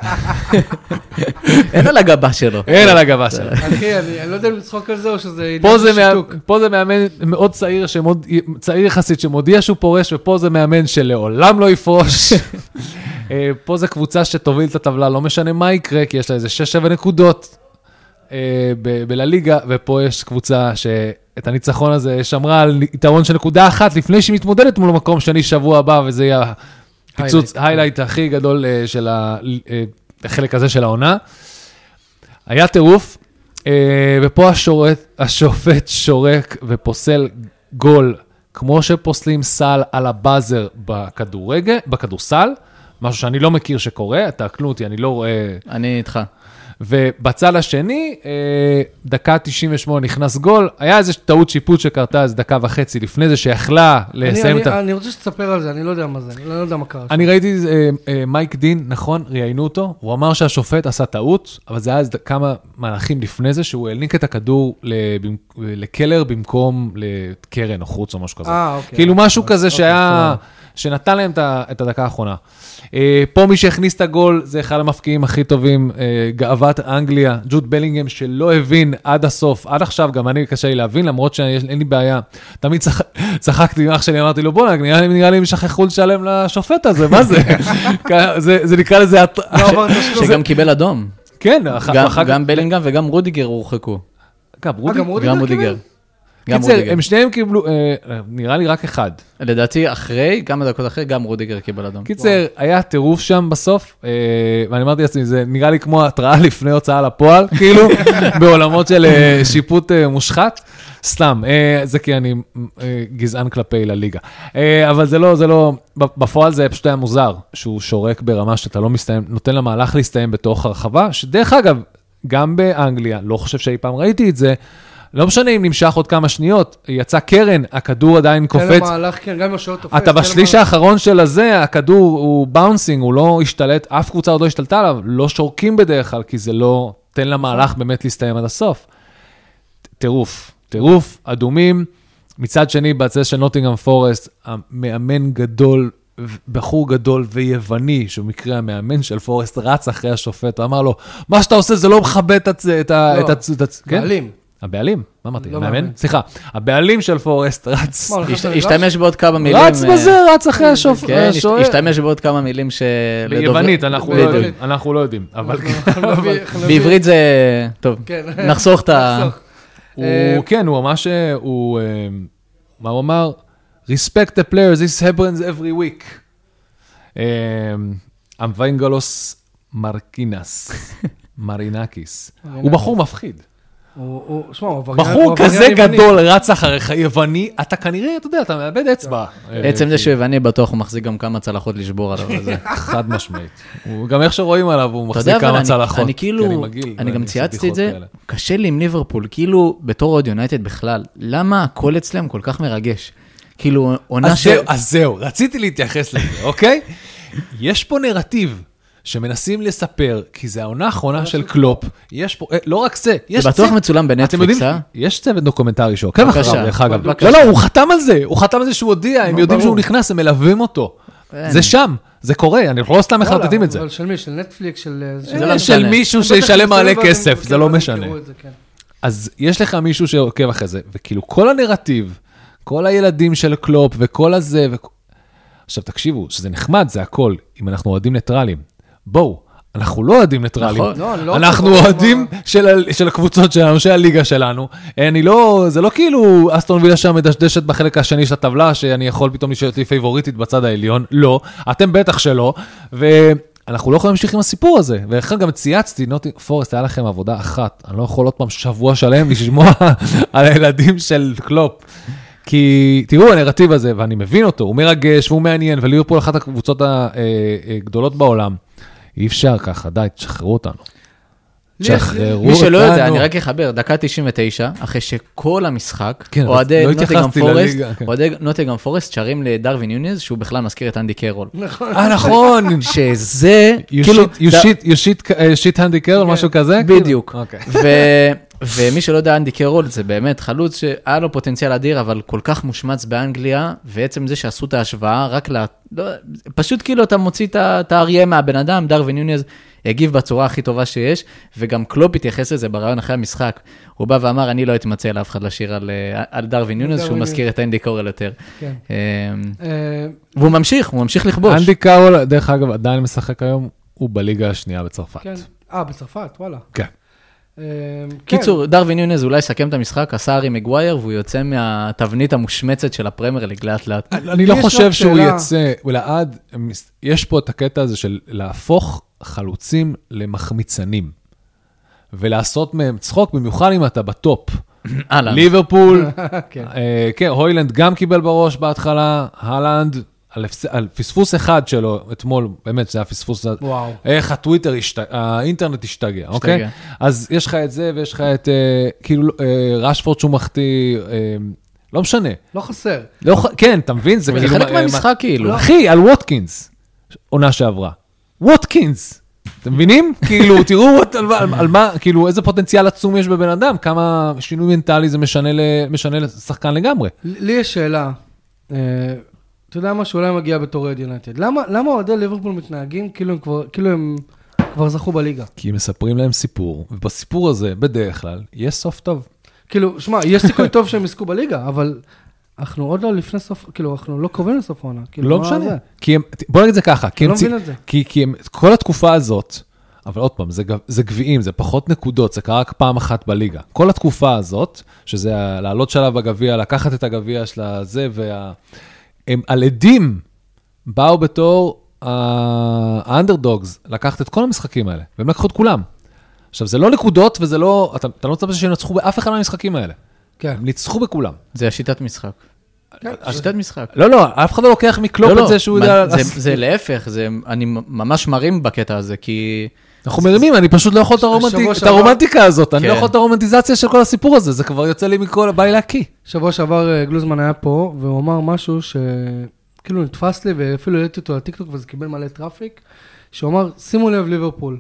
אין על הגבה שלו. אין על הגבה שלו. אחי, אני לא יודע אם לצחוק על זה או שזה... פה זה מאמן מאוד צעיר, צעיר יחסית שמודיע שהוא פורש, ופה זה מאמן שלעולם לא יפרוש. פה זה קבוצה שתוביל את הטבלה, לא משנה מה יקרה, כי יש לה איזה 6-7 נקודות בלליגה, ופה יש קבוצה שאת הניצחון הזה שמרה על יתרון של נקודה אחת, לפני שהיא מתמודדת מול המקום שני שבוע הבא, וזה יהיה הפיצוץ, היילייט הכי גדול של החלק הזה של העונה. היה טירוף, ופה השופט שורק ופוסל גול, כמו שפוסלים סל על הבאזר בכדורסל, משהו שאני לא מכיר שקורה, תעקלו אותי, אני לא רואה... אני איתך. ובצד השני, דקה 98 נכנס גול, היה איזו טעות שיפוט שקרתה איזו דקה וחצי לפני זה, שיכלה לסיים את... אני רוצה שתספר על זה, אני לא יודע מה זה, אני לא יודע מה קרה. אני ראיתי מייק דין, נכון, ראיינו אותו, הוא אמר שהשופט עשה טעות, אבל זה היה כמה מהלכים לפני זה, שהוא העניק את הכדור לקלר במקום לקרן או חוץ או משהו כזה. כאילו משהו כזה שהיה... שנתן להם את הדקה האחרונה. פה מי שהכניס את הגול, זה אחד המפקיעים הכי טובים, גאוות אנגליה, ג'וד בלינגהם, שלא הבין עד הסוף, עד עכשיו גם אני קשה לי להבין, למרות שאין לי בעיה. תמיד צחקתי עם אח שלי, אמרתי לו, בוא, נראה לי אם שכחו לשלם לשופט הזה, מה זה? זה נקרא לזה... שגם קיבל אדום. כן. גם בלינגהם וגם רודיגר הורחקו. גם רודיגר. קיצר, הם שניהם קיבלו, נראה לי רק אחד. לדעתי אחרי, כמה דקות אחרי, גם רודיגר קיבל אדום. קיצר, היה טירוף שם בסוף, ואני אמרתי לעצמי, זה נראה לי כמו התראה לפני הוצאה לפועל, כאילו, בעולמות של שיפוט מושחת. סתם, זה כי אני גזען כלפי לליגה. אבל זה לא, בפועל זה פשוט היה מוזר, שהוא שורק ברמה שאתה לא מסתיים, נותן למהלך להסתיים בתוך הרחבה, שדרך אגב, גם באנגליה, לא חושב שאי פעם ראיתי את זה, לא משנה אם נמשך עוד כמה שניות, יצא קרן, הכדור עדיין קופץ. כן, למהלך, כן, גם אם השעות תופס. אתה בשליש האחרון של הזה, הכדור הוא באונסינג, הוא לא השתלט, אף קבוצה עוד לא השתלטה עליו, לא שורקים בדרך כלל, כי זה לא תן למהלך באמת להסתיים עד הסוף. טירוף, אדומים. מצד שני, בצד של נוטינגהאם פורסט, המאמן גדול, בחור גדול ויווני, שהוא מקרה המאמן של פורסט, רץ אחרי השופט, ואמר לו, מה שאתה עושה זה לא מכבד את בעלים. הבעלים? מה אמרתי? המאמן? סליחה, הבעלים של פורסט רץ. השתמש בעוד כמה מילים. רץ בזה, רץ אחרי השופט. כן, השתמש בעוד כמה מילים ביוונית, אנחנו לא יודעים. בעברית זה... טוב, נחסוך את ה... כן, הוא ממש... מה הוא אמר? respect the players, this happens every week. אמווינגלוס מרינקיס. הוא בחור מפחיד. בחור כזה גדול רץ אחריך יווני, אתה כנראה, אתה יודע, אתה מאבד אצבע. עצם זה שהוא יווני בטוח, הוא מחזיק גם כמה צלחות לשבור עליו. חד משמעית. גם איך שרואים עליו, הוא מחזיק כמה צלחות. אני כאילו, אני גם צייצתי את זה, קשה לי עם ליברפול, כאילו בתור אוהד יונייטד בכלל, למה הכל אצלם כל כך מרגש? כאילו, עונה של... אז זהו, רציתי להתייחס לזה, אוקיי? יש פה נרטיב. שמנסים לספר, כי זה העונה האחרונה של קלופ, יש פה, לא רק זה, זה בטוח מצולם בנטפליקס, יש צוות דוקומנטרי שהוא, כן אחריו, דרך אגב. לא, הוא חתם על זה שהוא הודיע, הם יודעים שהוא נכנס, הם מלווים אותו. זה שם, זה קורה, אני לא סתם מחרטטים את זה. אבל של מי? של נטפליקס? של מישהו שישלם מעלה כסף, זה לא משנה. אז יש לך מישהו שעוקב אחרי זה, וכאילו כל הנרטיב, כל הילדים של קלופ וכל הזה, עכשיו תקשיבו, שזה נחמד, זה הכל, אם אנחנו אוהדים ניטרלים. בואו, אנחנו לא אוהדים ניטרלים, אנחנו אוהדים של הקבוצות שלנו, של הליגה שלנו, זה לא כאילו אסטון וילה שם מדשדשת בחלק השני של הטבלה, שאני יכול פתאום להיות לי פייבוריטית בצד העליון, לא, אתם בטח שלא, ואנחנו לא יכולים להמשיך עם הסיפור הזה, ואחר גם צייצתי, פורסט, היה לכם עבודה אחת, אני לא יכול עוד פעם שבוע שלם לשמוע על הילדים של קלופ, כי תראו הנרטיב הזה, ואני מבין אותו, הוא מרגש והוא מעניין, וליברפול אחת הקבוצות הגדולות בעולם, אי אפשר ככה, די, תשחררו אותנו. תשחררו אותנו. מי שלא יודע, אני רק אחבר, דקה 99, אחרי שכל המשחק, אוהדי נוטיגהאם פורסט שרים לדרווין יוניז, שהוא בכלל מזכיר את אנדי קרול. נכון. שזה, you shit אנדי קרול, משהו כזה? בדיוק. ומי שלא יודע, אנדי קרול זה באמת חלוץ שהיה לו פוטנציאל אדיר, אבל כל כך מושמץ באנגליה, ועצם זה שעשו את ההשוואה, רק פשוט כאילו אתה מוציא את האריה מהבן אדם, דרווין יוניז הגיב בצורה הכי טובה שיש, וגם קלופ התייחס לזה ברעיון אחרי המשחק. הוא בא ואמר, אני לא אתמצא לאף אחד לשיר על דרווין יוניז, שהוא מזכיר את אנדי קרול יותר. והוא ממשיך לכבוש. אנדי קרול, דרך אגב, עדיין משחק היום, הוא בליגה השנייה בצרפת. בצרפת, וואלה. כן. קיצור, דרווין יוניז אולי סכם את המשחק, עשה ארי מגווייר, והוא יוצא מהתבנית המושמצת של הפרמייר ליג לאט לאט. אני לא חושב שהוא יצא, ולעד, יש פה את הקטע הזה של להפוך חלוצים למחמיצנים, ולעשות מהם צחוק, במיוחד אם אתה בטופ. ליברפול, כן, הוילנד גם קיבל בראש בהתחלה, הלנד, על פספוס אחד שלו, אתמול, באמת, זה היה פספוס, איך הטוויטר, האינטרנט השתגע, אוקיי? אז יש לך את זה, ויש לך את, כאילו, רשפורד שהוא מחטיא, לא משנה. לא חסר. כן, אתה מבין? זה חלק מהמשחק, כאילו. אחי, על ווטקינס, עונה שעברה. ווטקינס, אתם מבינים? כאילו, תראו על מה, כאילו, איזה פוטנציאל עצום יש בבן אדם, כמה שינוי מנטלי זה משנה לשחקן לגמרי. לי יש שאלה, אתה יודע מה שאולי מגיע בתור אוהד יונייטד. למה אוהדי ליברפול מתנהגים כאילו הם כבר זכו בליגה? כי הם מספרים להם סיפור, ובסיפור הזה, בדרך כלל, יש סוף טוב. כאילו, שמע, יש סיכוי טוב שהם יזכו בליגה, אבל אנחנו עוד לא לפני סוף, כאילו, אנחנו לא קובעים לסוף העונה. לא משנה. בוא נגיד זה ככה. לא מבין את זה. כי כל התקופה הזאת, אבל עוד פעם, זה גביעים, זה פחות נקודות, זה קרה רק פעם אחת בליגה. כל התקופה הזאת, שזה לעלות שלב בגביע, לקחת את הגביע של הזה, הם על עדים באו בתור האנדרדוגס, לקחת את כל המשחקים האלה, והם לקחו את כולם. עכשיו, זה לא נקודות, וזה לא, אתה לא מצפה שינצחו באף אחד מהמשחקים האלה. כן. הם ניצחו בכולם. זה השיטת משחק. השיטת משחק. לא, אף אחד לא לוקח מקלופ את זה שהוא יודע... זה להפך, אני ממש מרים בקטע הזה, כי... אנחנו מרימים, אני פשוט לא יכול את הרומנטיקה הזאת, אני לא יכול את הרומנטיזציה של כל הסיפור הזה, זה כבר יוצא לי מכל הבא להקיא. שבוע שעבר גלוזמן היה פה, והוא אמר משהו שכאילו נתפס לי, ואפילו העליתי אותו לטיקטוק, וזה קיבל מלא טראפיק, שהוא אמר, שימו לב ליברפול,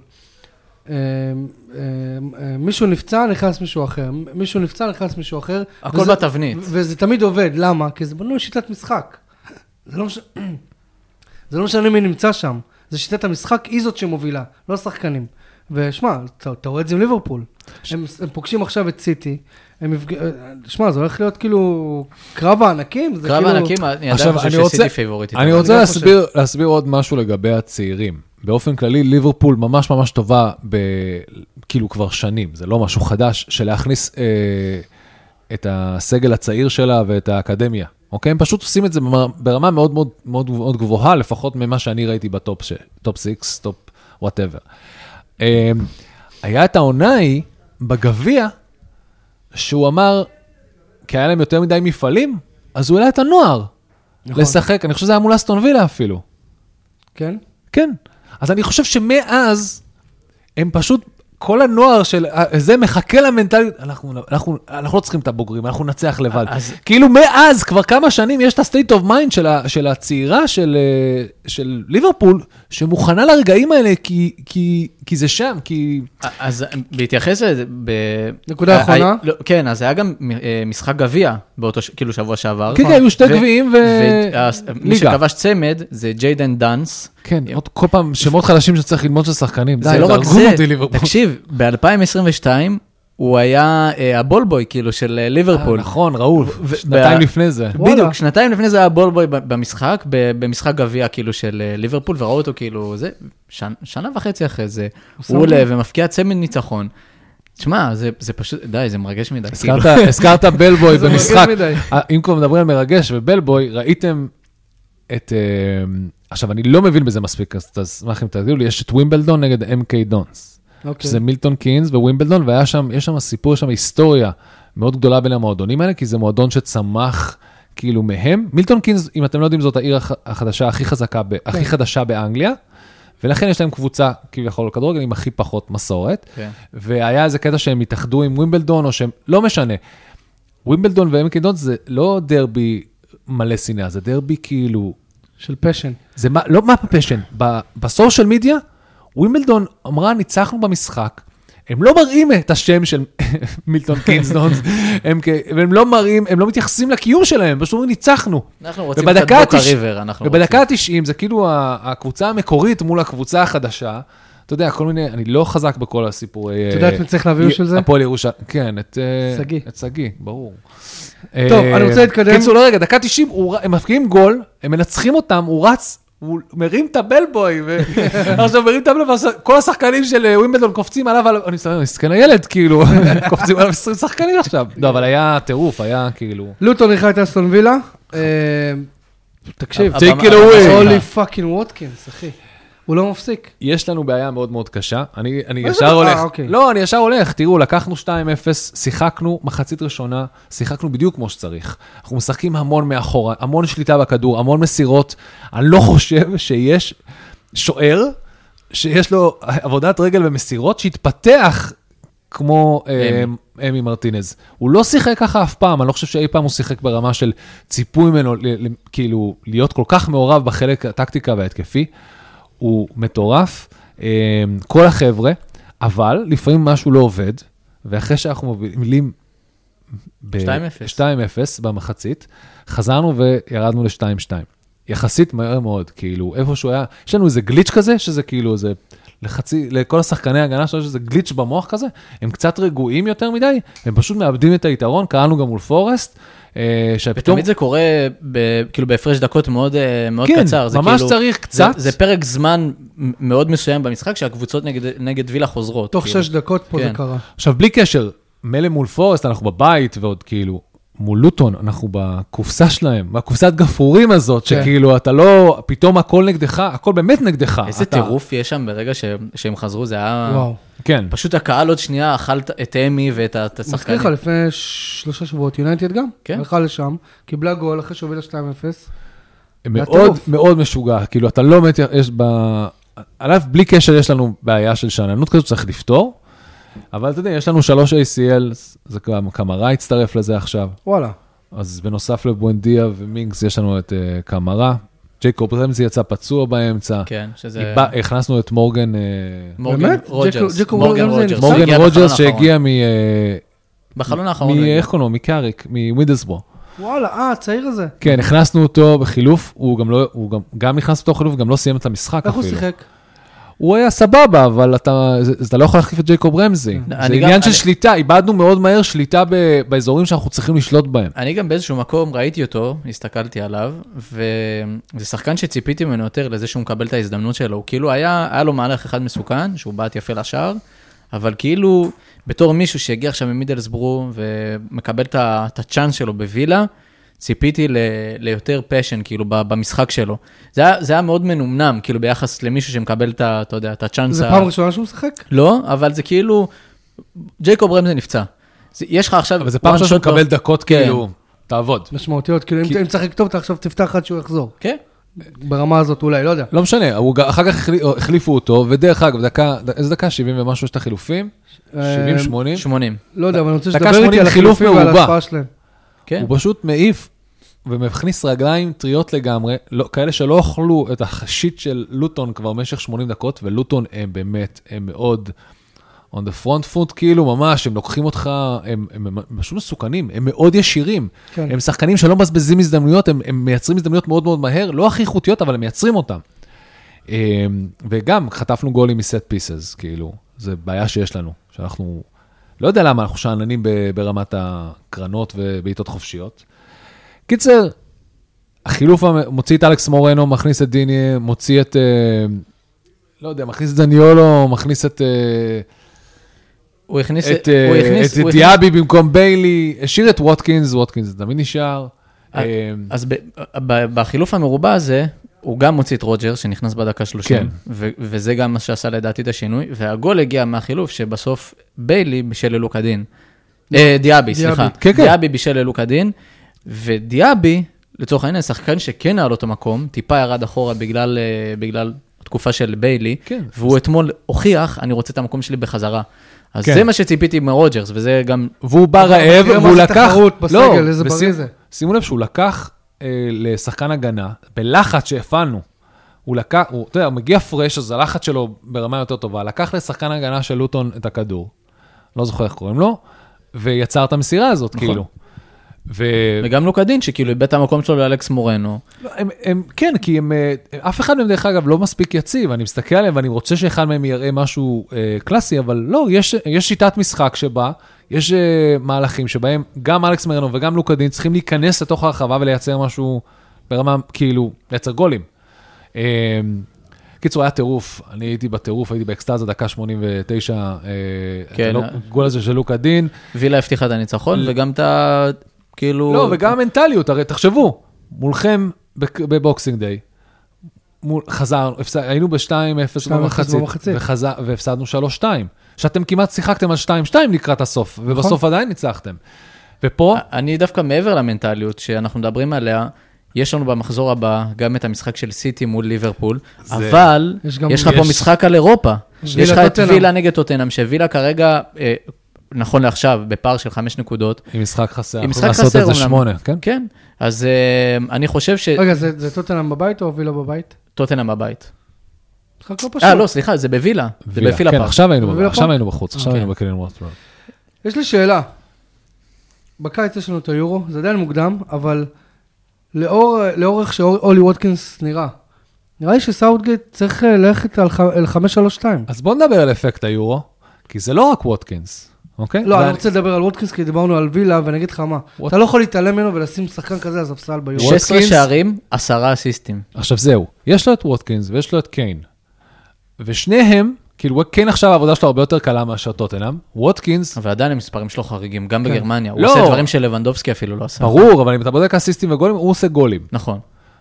מישהו נפצע, נכנס מישהו אחר, מישהו נפצע, נכנס מישהו אחר. הכל בתבנית. וזה תמיד עובד, למה? כי זה בנו שיטת משחק. זה לא משנה מי נמצא שם. זה שיטת המשחק, היא זאת שמובילה, לא שחקנים. ושמע, אתה רואה את זה עם ליברפול. הם פוגשים עכשיו את סיטי, שמע, זה הולך להיות כאילו קרב הענקים. קרב הענקים, אני עדיין חושב שסיטי פייבוריטית. אני רוצה להסביר עוד משהו לגבי הצעירים. באופן כללי, ליברפול ממש ממש טובה, כאילו כבר שנים, זה לא משהו חדש, של להכניס את הסגל הצעיר שלה ואת האקדמיה, אוקיי? הם פשוט עושים את זה ברמה מאוד מאוד מאוד מאוד גבוהה, לפחות ממה שאני ראיתי בטופ 6, טופ whatever. היה את העונה ההיא בגביע, שהוא אמר, כי היה להם יותר מדי מפעלים, אז הוא העלה את הנוער לשחק. אני חושב שזה היה מול אסטון וילה אפילו. כן? כן. אז אני חושב שמאז, הם פשוט, כל הנוער של, זה מחכה למנטליות, אנחנו לא צריכים את הבוגרים, אנחנו נצח לבד. כאילו מאז, כבר כמה שנים, יש את ה-state of mind של הצעירה של ליברפול, שמוכנה לרגעים האלה, כי זה שם, כי... אז בהתייחס לזה, נקודה אחרונה? כן, אז היה גם משחק גביע, באותו, כאילו שבוע שעבר. כן, היו שתי גביעים מי שכבש צמד, זה ג'יידן דאנס. כן, כל פעם שמות חדשים שצריך ללמוד של שחקנים. זה לא רק זה, תקשיב, ב-2022 הוא היה הבולבוי, כאילו, של ליברפול. נכון, ראול, שנתיים לפני זה. בדיוק, שנתיים לפני זה היה הבולבוי במשחק, במשחק גביע, כאילו, של ליברפול, וראו אותו, כאילו, זה, שנה וחצי אחרי זה, הוא עולה ומפקיע צמד ניצחון. תשמע, זה פשוט, די, זה מרגש מדי. הזכרת בלבוי במשחק. אם כבר מדברים על מרגש ובלבוי, ראיתם את... עכשיו, אני לא מבין בזה מספיק, אז מה לכם תגידו לי, יש את ווימבלדון נגד MK דונס, שזה מילטון קיינס ווימבלדון, ויש שם סיפור, יש שם היסטוריה מאוד גדולה בין המועדונים האלה, כי זה מועדון שצמח כאילו מהם. מילטון קיינס, אם אתם לא יודעים, זאת העיר החדשה הכי חדשה באנגליה, ולכן יש להם קבוצה, כביכול כדורגל, עם הכי פחות מסורת, והיה איזה קטע שהם התאחדו עם ווימבלדון, או שהם, לא משנה, ווימבלדון ו-MK דונס זה לא דרבי מלא שנאה, זה דרבי כאילו... של פשן. זה לא מה פשן, בסושיאל מדיה, ווימבלדון אמרה, ניצחנו במשחק, הם לא מראים את השם של מילטון קיינס דונס, והם לא מראים, הם לא מתייחסים לקיום שלהם, פשוט אומרים, ניצחנו. אנחנו רוצים קצת בוקה ריבר, ובדקה ה-90, זה כאילו הקבוצה המקורית מול הקבוצה החדשה, אתה יודע, כל מיני, אני לא חזק בכל הסיפורי... אתה יודע את מי צריך להביא של זה? הפועל ירושלים, כן, את סגי, ברור. טוב, אני רוצה להתקדם. קיצור, לא רגע, דקה 90, הם מפקיעים גול, הם מנצחים אותם, הוא רץ, הוא מרים את הבלבוי, עכשיו מרים את הבלבוי, כל השחקנים של ווימבלדון קופצים עליו, אני מסתכל, מסכן הילד, כאילו, קופצים עליו 20 שחקנים עכשיו. לא, אבל היה טירוף, היה כאילו... לוטון ריחה את אסטון וילה. תקשיב, הולי פאקינג ווטקינס, אחי. הוא לא מפסיק. יש לנו בעיה מאוד מאוד קשה. אני ישר הולך. לא, אני ישר הולך. תראו, לקחנו 2-0, שיחקנו מחצית ראשונה, שיחקנו בדיוק כמו שצריך. אנחנו משחקים המון מאחורה, המון שליטה בכדור, המון מסירות. אני לא חושב שיש שוער, שיש לו עבודת רגל ומסירות, שהתפתח כמו אמי מרטינז. הוא לא שיחק ככה אף פעם, אני לא חושב שאי פעם הוא שיחק ברמה של ציפוי ממנו, כאילו, להיות כל כך מעורב בחלק הטקטיקה וההתקפי. הוא מטורף, כל החבר'ה, אבל לפעמים משהו לא עובד, ואחרי שאנחנו מובילים ב-2-0 במחצית, חזרנו וירדנו ל-2-2. יחסית מהר מאוד, כאילו, איפשהו היה, יש לנו איזה גליץ' כזה, שזה כאילו, זה לכל השחקני ההגנה שלנו, שזה גליץ' במוח כזה, הם קצת רגועים יותר מדי, הם פשוט מאבדים את היתרון, קראנו גם מול פורסט, ותמיד זה קורה כאילו בהפרש דקות מאוד קצר. כן, ממש צריך קצת. זה פרק זמן מאוד מסוים במשחק, שהקבוצות נגד וילה חוזרות. תוך 6 דקות פה זה קרה. עכשיו, בלי קשר, מלא מול פורסט, אנחנו בבית, ועוד כאילו, מול לוטון, אנחנו בקופסה שלהם, בקופסת גפורים הזאת, שכאילו אתה לא, פתאום הכל נגדך, הכל באמת נגדך. איזה טירוף יש שם ברגע שהם חזרו, זה היה... וואו. כן. פשוט הקהל עוד שנייה אכל את אמי ואת השחקנים. מזכיר לך, לפני 3 שבועות, יונייטד גם, הלכה לשם, קיבלה גול אחרי שהובילה 2-0. מאוד מאוד משוגע, כאילו אתה לא מת, יש עליו בלי קשר יש לנו בעיה של שעננות כזאת, צריך לפתור, אבל אתה יודע, יש לנו 3 ACL, זה קמרה הצטרף לזה עכשיו. וואלה. אז בנוסף לבואנדיה ומינגס, יש לנו את קמרה, ג'ייקוב רמזי יצא פצוע באמצע. כן, שזה... הכנסנו את מורגן רוג'רס. מורגן רוג'רס שהגיע בחלון האחרון. איך קוראים לו? מקאריק, מווידלסבורו. וואלה, הצעיר הזה. כן, הכנסנו אותו בחילוף, הוא גם נכנס אותו בחילוף, גם לא סיים את המשחק אפילו. איך הוא שיחק? הוא היה סבבה, אבל אתה לא יכול להחליף את ג'ייקוב רמזי. זה עניין של שליטה, איבדנו מאוד מהר שליטה באזורים שאנחנו צריכים לשלוט בהם. אני גם באיזשהו מקום ראיתי אותו, הסתכלתי עליו, וזה שחקן שציפיתי ממנו יותר לזה שהוא מקבל את ההזדמנות שלו. הוא כאילו היה לו מהלך אחד מסוכן, שהוא בעט יפה לשער, אבל כאילו בתור מישהו שהגיע עכשיו ממידלסבורו ומקבל את הצ'אנס שלו בווילה, ציפיתי ליותר פשן, כאילו, במשחק שלו. זה היה מאוד מנומנם, כאילו, ביחס למישהו שמקבל אתה יודע, את הצ'אנס. זה פעם ראשונה שהוא משחק? לא, אבל זה כאילו, ג'ייקוב רמזי נפצע. יש לך עכשיו... אבל זה פעם ראשונה שהוא מקבל דקות, כאילו, תעבוד. משמעותיות, כאילו, אם תשחק טוב, אתה עכשיו תפתח עד שהוא יחזור. כן. ברמה הזאת אולי, לא יודע. לא משנה, אחר כך החליפו אותו, ודרך אגב, איזה דקה? 70 ומשהו יש את החילופים? 70, 80? 80. לא יודע, אבל אני רוצה דקה שתדבר איתי 80 על חילוף החילופים ועל מרובע. ההשפעה שלהם. כן. הוא פשוט מעיף ומכניס רגליים טריות לגמרי, כאלה שלא אוכלו את השיט של לוטון כבר במשך 80 דקות, ולוטון הם באמת, הם מאוד on the front foot, כאילו ממש, הם לוקחים אותך, הם משהו מסוכנים, הם מאוד ישירים, כן. הם שחקנים שלא מבזבזים הזדמנויות, הם מייצרים הזדמנויות מאוד מאוד מהר, לא הכי איכותיות, אבל הם מייצרים אותם. וגם חטפנו גולים מסט פיסס, כאילו, זה בעיה שיש לנו, שאנחנו, לא יודע למה, אנחנו שעננים ברמת הקרנות ובעיטות חופשיות. קיצר, החילוף מוציא את אלכס מורנו, מכניס את דיני, מוציא את, לא יודע, מכניס את דניולו, מכניס את... הוא הכניס... את דיאבי במקום ביילי, השאיר את ווטקינס תמיד נשאר. אז בחילוף המרובע הזה, הוא גם מוציא את רוג'ר, שנכנס בדקה 30, כן. וזה גם מה שעשה לדעתי את השינוי, והגול הגיע מהחילוף שבסוף ביילי בישל ללוקדין. דיאבי, סליחה. כן, כן. דיאבי בישל ללוקדין, ודיאבי, לצורך העניין, שחקן שכן היה לו את המקום, טיפה ירד אחורה בגלל התקופה של ביילי, כן. והוא אתמול הוכיח, אני רוצה את המקום שלי בחזרה. אז כן. זה מה שציפיתי מרוג'רס, וזה גם... והוא בא רעב, והוא לקח... תחרות בסגל, איזה בריא זה. שימו לב שהוא לקח לשחקן הגנה, בלחץ שהפעלנו, הוא לקח, אתה יודע, הוא מגיע פרש, אז הלחץ שלו ברמה יותר טובה, לקח לשחקן הגנה של לוטון את הכדור, לא זוכר איך קוראים לו, ויצר את המסירה הזאת, נכון. כאילו. וגם לוקדין, שכאילו איבד את המקום שלו לאלכס מורנו. כן, כי אף אחד מהם דרך אגב לא מספיק יציב, אני מסתכל עליהם ואני רוצה שאחד מהם יראה משהו קלאסי, אבל לא, יש שיטת משחק שבה, יש מהלכים שבהם גם אלכס מורנו וגם לוקדין צריכים להיכנס לתוך הרחבה ולייצר משהו ברמה, כאילו, לייצר גולים. קיצור, היה טירוף, אני הייתי בטירוף, הייתי באקסטאזה, דקה 89, כן. גול הזה של לוקדין. וילה הבטיחה את הניצחון, וגם את ה... כאילו... לא, וגם המנטליות, הרי תחשבו, מולכם בבוקסינג דיי, חזרנו, היינו ב-2-0 במחצית, והפסדנו 3-2, שאתם כמעט שיחקתם על 2-2 לקראת הסוף, ובסוף עדיין ניצחתם. ופה... אני דווקא מעבר למנטליות שאנחנו מדברים עליה, יש לנו במחזור הבא גם את המשחק של סיטי מול ליברפול, אבל יש לך פה משחק על אירופה. יש לך את וילה נגד טוטנהאם, שווילה כרגע... נכון לעכשיו, בפער של 5 נקודות. עם משחק חסר. עם משחק לעשות את זה 8, כן? כן. אז אני חושב ש... רגע, זה טוטנהאם בבית או וילה בבית? טוטנהאם בבית. משחק לא פשוט. לא, סליחה, זה בווילה. זה בווילה כן, פארק. עכשיו היינו בחוץ, עכשיו היינו בקלין רוטברג. יש לי שאלה. בקיץ יש לנו את היורו, זה עדיין מוקדם, אבל לאור איך שאולי ווטקינס נראה לי שסאוטגייט צריך ללכת על 5-3-2. אז בוא נדבר על אפקט היורו, כי זה לא רק ווטקינס. אוקיי? לא, אני רוצה לדבר על ווטקינס, כי דיברנו על וילה, ואני אגיד לך מה, אתה לא יכול להתעלם ממנו ולשים שחקן כזה על ספסל ביורו. 16 שערים, 10 אסיסטים. עכשיו זהו, יש לו את ווטקינס ויש לו את קיין, ושניהם, כאילו קיין עכשיו העבודה שלו הרבה יותר קלה מאשר טוטנהאם, ווטקינס... אבל עדיין המספרים שלו חריגים, גם בגרמניה. הוא עושה דברים שלוונדובסקי אפילו לא עשה. ברור, אבל אם אתה בודק אסיסטים וגולים, הוא עושה גולים. נכון.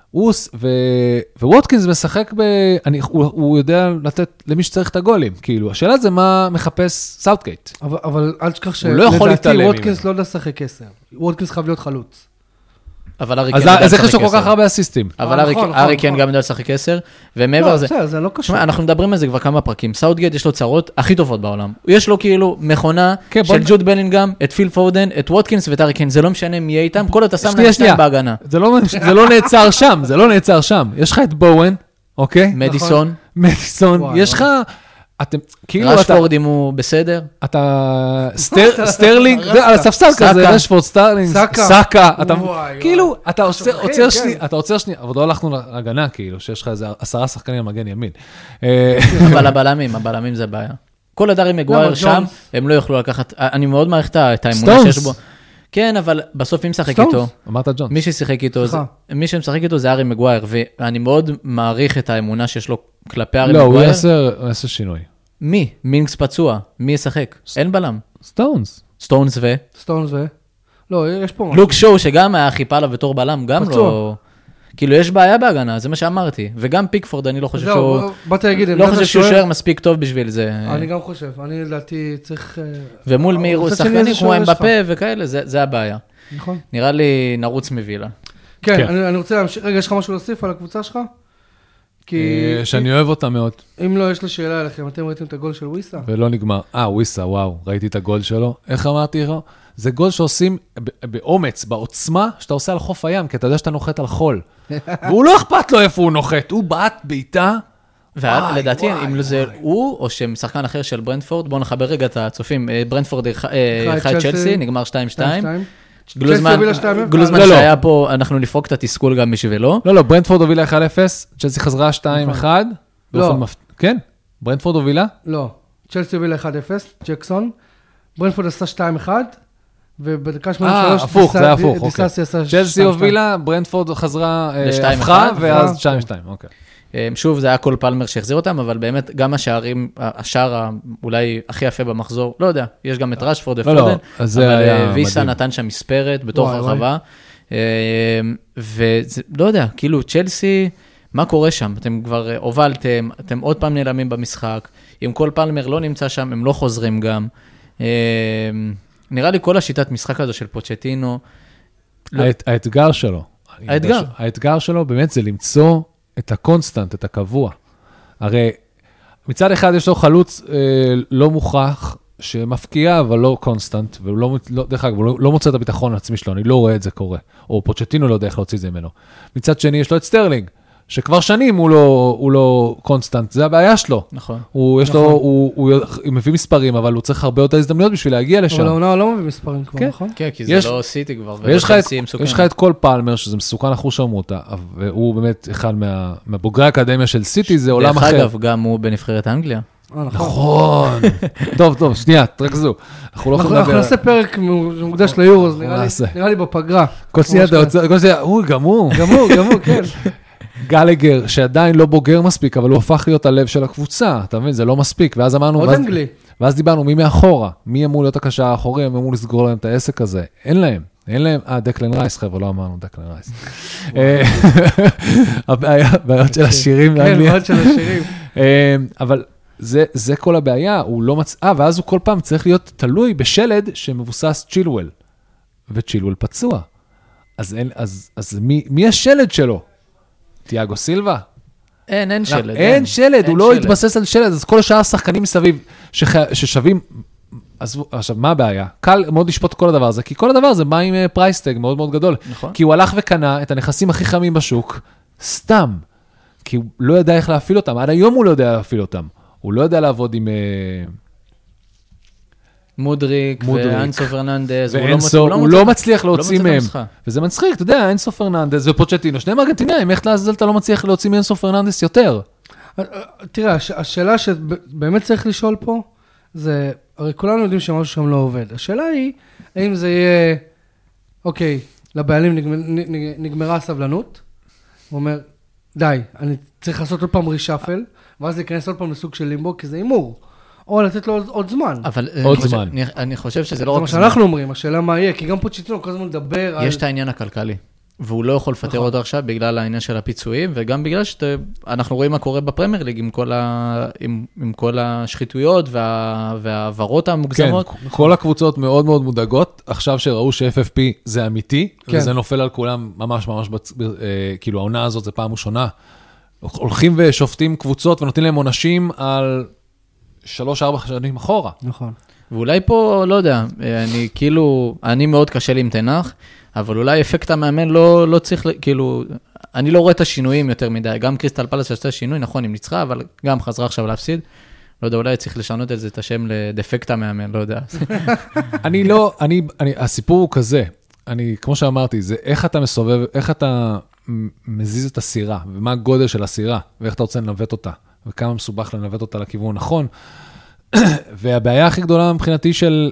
וווטקינס משחק הוא יודע לתת למי שצריך את הגולים, כאילו, השאלה זה מה מחפש סאוטגייט. אבל אל תשכח שלדעתי ווטקינס לא יודע לשחק 10, ווטקינס חייב להיות חלוץ. אבל ארי קיין יודע אז איך יש לו לשחק כל כך 10. הרבה אסיסטים? אבל ארי קיין גם יודע לשחק 10, ומעבר לזה... לא, זה לא קשור. אנחנו מדברים על זה כבר כמה פרקים. סאוטגייט יש לו צרות הכי טובות בעולם. יש לו כאילו מכונה של ג'וד בלינגהם, את פיל פודן, את ווטקינס ואת ארי קיין. זה לא משנה מי יהיה איתם, כל עוד אתה שם להם שניים בהגנה. זה לא נעצר שם, זה לא נעצר שם. יש לך את בואן, אוקיי? מדיסון, יש לך... רשפורד אם הוא בסדר. אתה סטרלינג, על הספסל כזה, רשפורד, סטרלינג, סאקה, כאילו, אתה עוצר שנייה, אבל לא הלכנו להגנה, כאילו, שיש לך איזה 10 שחקנים על מגן ימין. אבל הבלמים זה בעיה. כל הדרי מגווייר שם, הם לא יוכלו לקחת, אני מאוד מעריך את האמונה שיש בו. כן, אבל בסוף מי משחק איתו? אמרת ג'ונס. מי שמשחק איתו זה ארי מגווייר, ואני מאוד מעריך את האמונה שיש לו כלפי ארי מגווייר. לא, הוא יעשה שינוי. מי? מינקס פצוע. מי ישחק? אין בלם. סטונס. סטונס ו? לא, יש פה משהו. לוק שואו, שגם היה חיפה עליו בתור בלם, גם פצוע. לא... כאילו, יש בעיה בהגנה, זה מה שאמרתי. וגם פיקפורד, אני לא חושב שהוא... באתי להגיד, לא חושב שהוא שוער מספיק טוב בשביל זה. אני גם חושב, אני לדעתי צריך... ומול מהירות שחקנים כמו אמבפה וכאלה, זה הבעיה. נכון. נראה לי נרוץ מווילה. כן, אני רוצה להמשיך, רגע, יש לך משהו להוסיף על הקבוצה שלך? שאני אוהב אותה מאוד. אם לא, יש לי שאלה אליכם, אתם ראיתם את הגול של וויסה? ולא נגמר. וויסה, וואו, ראיתי את הגול שלו. איך אמרתי לך? זה גול שעושים באומץ, בעוצמה, שאתה עושה על חוף הים, כי אתה יודע שאתה נוחת על חול. והוא לא אכפת לו איפה הוא נוחת, הוא בעט בעיטה. ולדעתי, אם זה הוא, או שמשחקן אחר של ברנדפורד, בואו נחבר רגע את הצופים, ברנדפורד חי צ'לסי, נגמר 2-2. גלוזמן שהיה פה, אנחנו נפרוק את התסכול גם בשבילו. לא, ברנדפורד הובילה 1-0, צ'לסי חזרה 2-1. לא. כן? ברנדפורד הובילה? לא, צ'לסי הובילה 1-0, ג'קסון. ברנדפורד עשה 2-1, ובדקה 83, הפוך, זה הפוך. דיסאסי עשה 2-2. צ'לסי הובילה, ברנדפורד חזרה הפכה, ואז 2-2, אוקיי. שוב, זה היה קול פלמר שהחזיר אותם, אבל באמת גם השער אולי הכי יפה במחזור, לא יודע, יש גם את רשפורד ופודן, אבל ויסה נתן שם מספרת בתוך הרחבה, ולא יודע, כאילו צ'לסי, מה קורה שם? אתם כבר הובלתם, אתם עוד פעם נעלמים במשחק, אם כל פלמר לא נמצא שם, הם לא חוזרים גם. נראה לי כל השיטת משחק הזו של פוצ'טינו. האתגר שלו באמת זה למצוא את הקונסטנט, את הקבוע. הרי מצד אחד יש לו חלוץ לא מוכח, שמפקיע, אבל לא קונסטנט, דרך אגב, הוא לא מוצא את הביטחון העצמי שלו, אני לא רואה את זה קורה. או פוצ'טינו לא יודע איך להוציא את זה ממנו. מצד שני, יש לו את סטרלינג, שכבר שנים הוא לא קונסטנט, זה הבעיה שלו. נכון. הוא מביא מספרים, אבל הוא צריך הרבה יותר הזדמנויות בשביל להגיע לשם. אבל הוא לא מביא מספרים כבר, נכון? כן, כי זה לא סיטי כבר. ויש לך את כל פלמר, שזה מסוכן אחוש שרמוטה, והוא באמת אחד מהבוגרי האקדמיה של סיטי, זה עולם אחר. דרך אגב, גם הוא בנבחרת אנגליה. נכון. טוב, שנייה, תרכזו. אנחנו נעשה פרק מוקדש ליורו, נראה לי בפגרה. כל שנייה, גם הוא, כן. גלגר, שעדיין לא בוגר מספיק, אבל הוא הפך להיות הלב של הקבוצה, אתה מבין? זה לא מספיק, ואז אמרנו... עוד אנגלי. ואז דיברנו, מי מאחורה? מי אמור להיות הקשר האחורי? מי אמור לסגור להם את העסק הזה? אין להם, דקלן רייס, חבר'ה, לא אמרנו דקלן רייס. הבעיות של השירים. כן, בעיות של השירים. אבל זה כל הבעיה, הוא לא ואז הוא כל פעם צריך להיות תלוי בשלד שמבוסס צ'ילואל, וצ'ילואל פצוע. אז מי השלד שלו? תיאגו סילבה? אין שלד. אין שלד, הוא לא התבסס על שלד, אז כל השאר השחקנים מסביב ששווים, עכשיו, מה הבעיה? קל מאוד לשפוט כל הדבר הזה, כי כל הדבר הזה בא עם פרייסטג מאוד מאוד גדול. נכון. כי הוא הלך וקנה את הנכסים הכי חמים בשוק, סתם, כי הוא לא יודע איך להפעיל אותם, עד היום הוא לא יודע להפעיל אותם, הוא לא יודע לעבוד עם... מודריק ואנסו פרננדז, הוא לא מצליח להוציא מהם, וזה מצחיק, אתה יודע, אנסו פרננדז ופוצ'טינו, שניהם ארגנטינאים, איך לעזאזל אתה לא מצליח להוציא מאנסו פרננדז יותר? תראה, השאלה שבאמת צריך לשאול פה, זה, הרי כולנו יודעים שמשהו שם לא עובד, השאלה היא, האם זה יהיה, אוקיי, לבעלים נגמרה הסבלנות, הוא אומר, די, אני צריך לעשות עוד פעם רישאפל, ואז להיכנס עוד פעם לסוג של לימבו, כי זה אימור. או לתת לו עוד זמן. עוד זמן. אני חושב שזה לא רק זמן. זה מה שאנחנו אומרים, השאלה מה יהיה, כי גם פוצ'טינו כל הזמן מדבר על... יש את העניין הכלכלי, והוא לא יכול לפטר אותו עכשיו בגלל העניין של הפיצויים, וגם בגלל שאנחנו רואים מה קורה בפרמייר ליג עם כל השחיתויות והעברות המוגזמות. כן, כל הקבוצות מאוד מאוד מודאגות, עכשיו שראו ש-FFP זה אמיתי, וזה נופל על כולם ממש ממש, כאילו העונה הזאת זה פעם ראשונה, הולכים ושופטים קבוצות ונותנים להם עונשים על 3-4 שנים אחורה. נכון. ואולי פה, לא יודע, אני מאוד קשה לי עם תנח, אבל אולי אפקט המאמן לא צריך, כאילו, אני לא רואה את השינויים יותר מדי. גם קריסטל פלאס שעשתה שינוי, נכון, היא ניצחה, אבל גם חזרה עכשיו להפסיד. לא יודע, אולי צריך לשנות את זה, את השם לדפקט המאמן, לא יודע. הסיפור הוא כזה, כמו שאמרתי, זה איך אתה מסובב, איך אתה מזיז את הסירה, ומה הגודל של הסירה, ואיך אתה רוצה לנווט אותה. וכמה מסובך לנווט אותה לכיוון נכון. והבעיה הכי גדולה מבחינתי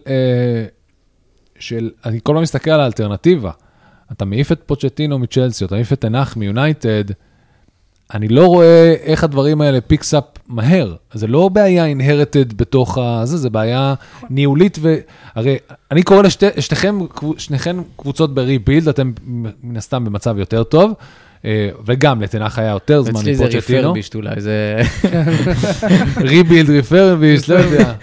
אני כל פעם מסתכל על האלטרנטיבה. אתה מעיף את פוצ'טינו מצ'לסי, אתה מעיף את תנח מיונייטד, אני לא רואה איך הדברים האלה פיקסאפ מהר. זה לא בעיה inherited בתוך הזה, זה בעיה ניהולית, והרי אני קורא שניכם קבוצות ב-rebuild, אתם מן הסתם במצב יותר טוב, וגם לתנח היה יותר זמן אצלי זה ריפרבישט אולי, זה... rebuild, ריפרבישט, לא יודע.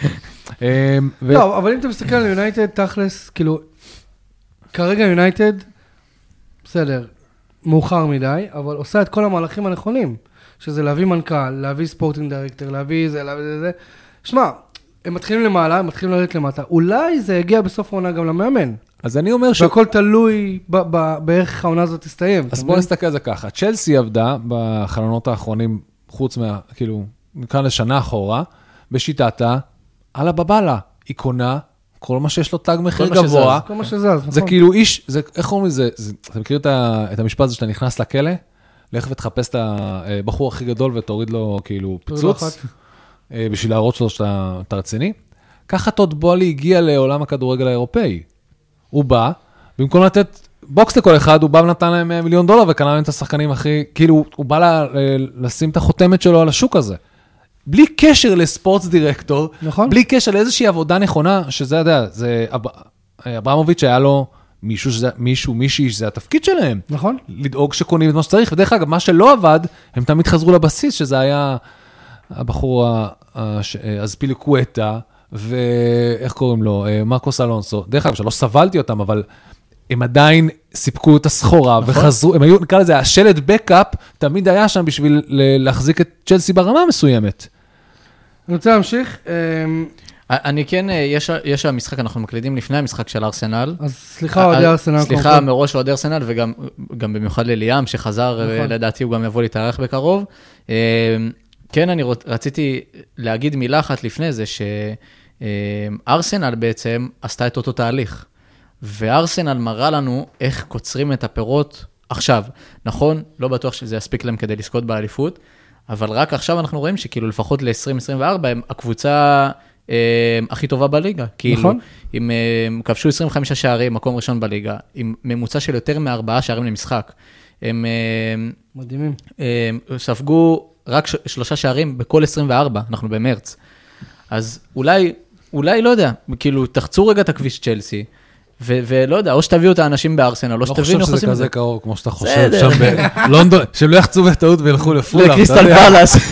לא, אבל אם אתה מסתכל על יונייטד, תכלס, כאילו, כרגע יונייטד, בסדר, מאוחר מדי, אבל עושה את כל המהלכים הנכונים, שזה להביא מנכ"ל, להביא ספורטינג דירקטור, להביא זה, להביא זה. שמע, הם מתחילים למעלה, הם מתחילים לרדת למטה. אולי זה יגיע בסוף העונה גם למאמן. אז אני אומר והכל תלוי בערך העונה הזאת תסתיים. אז בוא נסתכל על זה ככה. צ'לסי עבדה בחלונות האחרונים, חוץ מה, כאילו, מכאן לשנה אחורה, בשיטתה, על הבבלה. היא קונה כל מה שיש לו תג מחיר גבוה. כל מה שזז, נכון. זה כאילו איש, איך קוראים לזה? אתה מכיר את המשפט הזה שאתה נכנס לכלא? לך ותחפש את הבחור הכי גדול ותוריד לו כאילו פיצוץ, בשביל להראות שלו שאתה רציני. ככה טוד בולי הגיע לעולם הכדורגל האירופאי. הוא בא, במקום לתת בוקס לכל אחד, הוא בא ונתן להם $100 מיליון וקנה להם את השחקנים הכי, כאילו הוא בא לשים את החותמת שלו על השוק הזה. בלי קשר לספורטס דירקטור, נכון. בלי קשר לאיזושהי עבודה נכונה, שזה, יודע, זה אברמוביץ' היה לו מישהי שזה התפקיד שלהם. נכון. לדאוג שקונים את מה שצריך, ודרך אגב, מה שלא עבד, הם תמיד חזרו לבסיס, שזה היה הבחור אזפיליקווטה, ואיך קוראים לו, מרקוס אלונסו. דרך אגב, שלא סבלתי אותם, אבל הם עדיין סיפקו את הסחורה, וחזרו, הם היו, נקרא לזה, השלט בקאפ, תמיד היה שם בשביל להחזיק את צ'לסי ברמה מסוימת. אני רוצה להמשיך. אני כן, יש המשחק, אנחנו מקלידים לפני המשחק של ארסנל. אז סליחה, אוהדי ארסנל. סליחה מראש אוהדי ארסנל, וגם במיוחד לליאם, שחזר, לדעתי הוא גם יבוא להתארח בקרוב. כן, אני רציתי להגיד מילה אחת לפני זה, שארסנל בעצם עשתה את אותו תהליך. וארסנל מראה לנו איך קוצרים את הפירות עכשיו. נכון, לא בטוח שזה יספיק להם כדי לזכות באליפות, אבל רק עכשיו אנחנו רואים שכאילו לפחות ל-2024 הם הקבוצה הכי טובה בליגה. נכון. כאילו, הם כבשו 25 שערים, מקום ראשון בליגה, עם ממוצע של יותר מ4 שערים למשחק. הם מדהימים. ספגו רק 3 שערים בכל 24, אנחנו במרץ. אז אולי, לא יודע, כאילו, תחצו רגע את הכביש צ'לסי, ולא יודע, או שתביאו את האנשים בארסנל, או שתבינו איך עושים את זה. לא חושב שזה כזה קרוב, כמו שאתה חושב, שם בלונדון, שהם לא יחצו בטעות וילכו לפולאם. לקריסטל פלאס.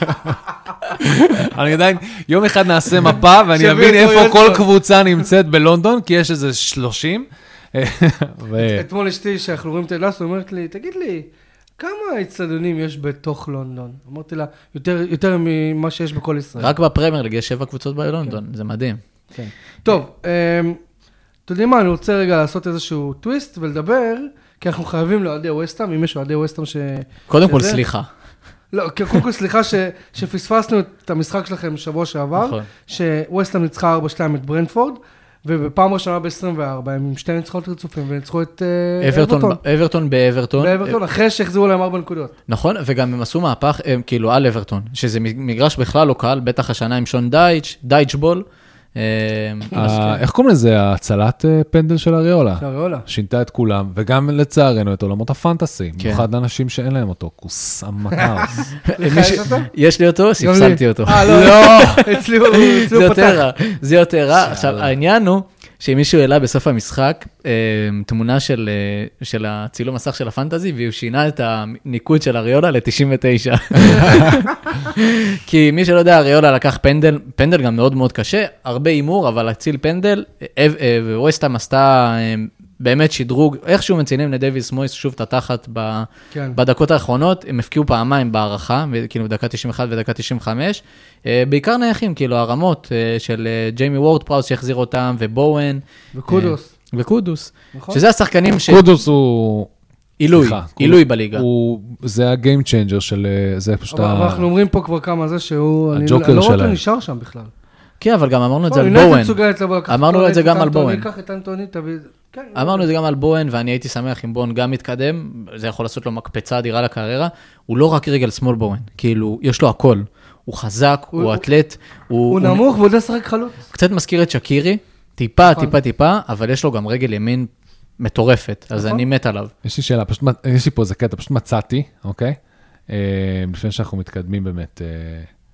אני עדיין, יום אחד נעשה מפה, ואני אבין איפה כל קבוצה נמצאת בלונדון, כי יש איזה 30. אתמול אשתי, שאנחנו רואים את הדלס, אומרת לי, תגיד לי, כמה אצטדיונים יש בתוך לונדון? אמרתי לה, יותר ממה שיש בכל ישראל. רק בפרמייר ליג יש 7 קבוצות בלונדון, זה מדהים. טוב, אתה יודעים מה, אני רוצה רגע לעשות איזשהו טוויסט ולדבר, כי אנחנו חייבים לאוהדי ווסטהאם, אם יש אוהדי ווסטהאם קודם כל, סליחה. לא, קודם כל סליחה שפספסנו את המשחק שלכם בשבוע שעבר, שווסטהאם ניצחה 4-2 את ברנטפורד, ובפעם ראשונה ב-24, הם עם 2 ניצחונות רצופים, וניצחו את אברטון באברטון, אחרי שהחזירו להם 4 נקודות. נכון, וגם הם עשו מהפך, כאילו על אברטון, שזה מגרש בכלל לא קל, בטח השנה עם שון דייטשבול. איך קוראים לזה? הצלת פנדל של אריולה. שינתה את כולם, וגם לצערנו את עולמות הפנטסי, במיוחד לאנשים שאין להם אותו, כוס המקאוס. יש לי אותו, ספסלתי אותו. לא, אצלי הוא פתח. זה יותר רע. עכשיו, העניין הוא, שאם מישהו העלה בסוף המשחק, תמונה של הצילום מסך של הפנטזי, והוא שינה את הניקוד של אריולה ל-99. כי מי שלא יודע, אריולה לקח פנדל גם מאוד מאוד קשה, הרבה אימור, אבל הציל פנדל, וווסטהאם עשתה באמת שדרוג, איכשהו מציינים לדייוויס מויס שוב את התחת בדקות האחרונות, הם הפקיעו פעמיים בהערכה, כאילו בדקה 91 ודקה 95, בעיקר נייחים, כאילו הרמות של ג'יימי וורד פראוס שהחזיר אותם, ובואן. וקודוס. שזה השחקנים קודוס הוא... עילוי בליגה. זה הגיים צ'יינג'ר של... זה פשוט אבל אנחנו אומרים פה כבר כמה זה שהוא... הג'וקר שלהם. לא רק נשאר שם בכלל. כן, אבל גם אמרנו את זה על בואן. אמרנו את זה גם על בואן. אמרנו את זה גם על בואן, ואני הייתי שמח אם בואן גם מתקדם, זה יכול לעשות לו מקפצה אדירה לקריירה. הוא לא רק רגל שמאל בואן, כאילו, יש לו הכל. הוא חזק, הוא אתלט. הוא נמוך ועוד לשחק חלוץ. קצת מזכיר את שקירי, טיפה, אבל יש לו גם רגל ימין מטורפת, אז אני מת עליו. יש לי שאלה, יש לי פה איזה קטע, פשוט מצאתי, אוקיי? לפני שאנחנו מתקדמים באמת...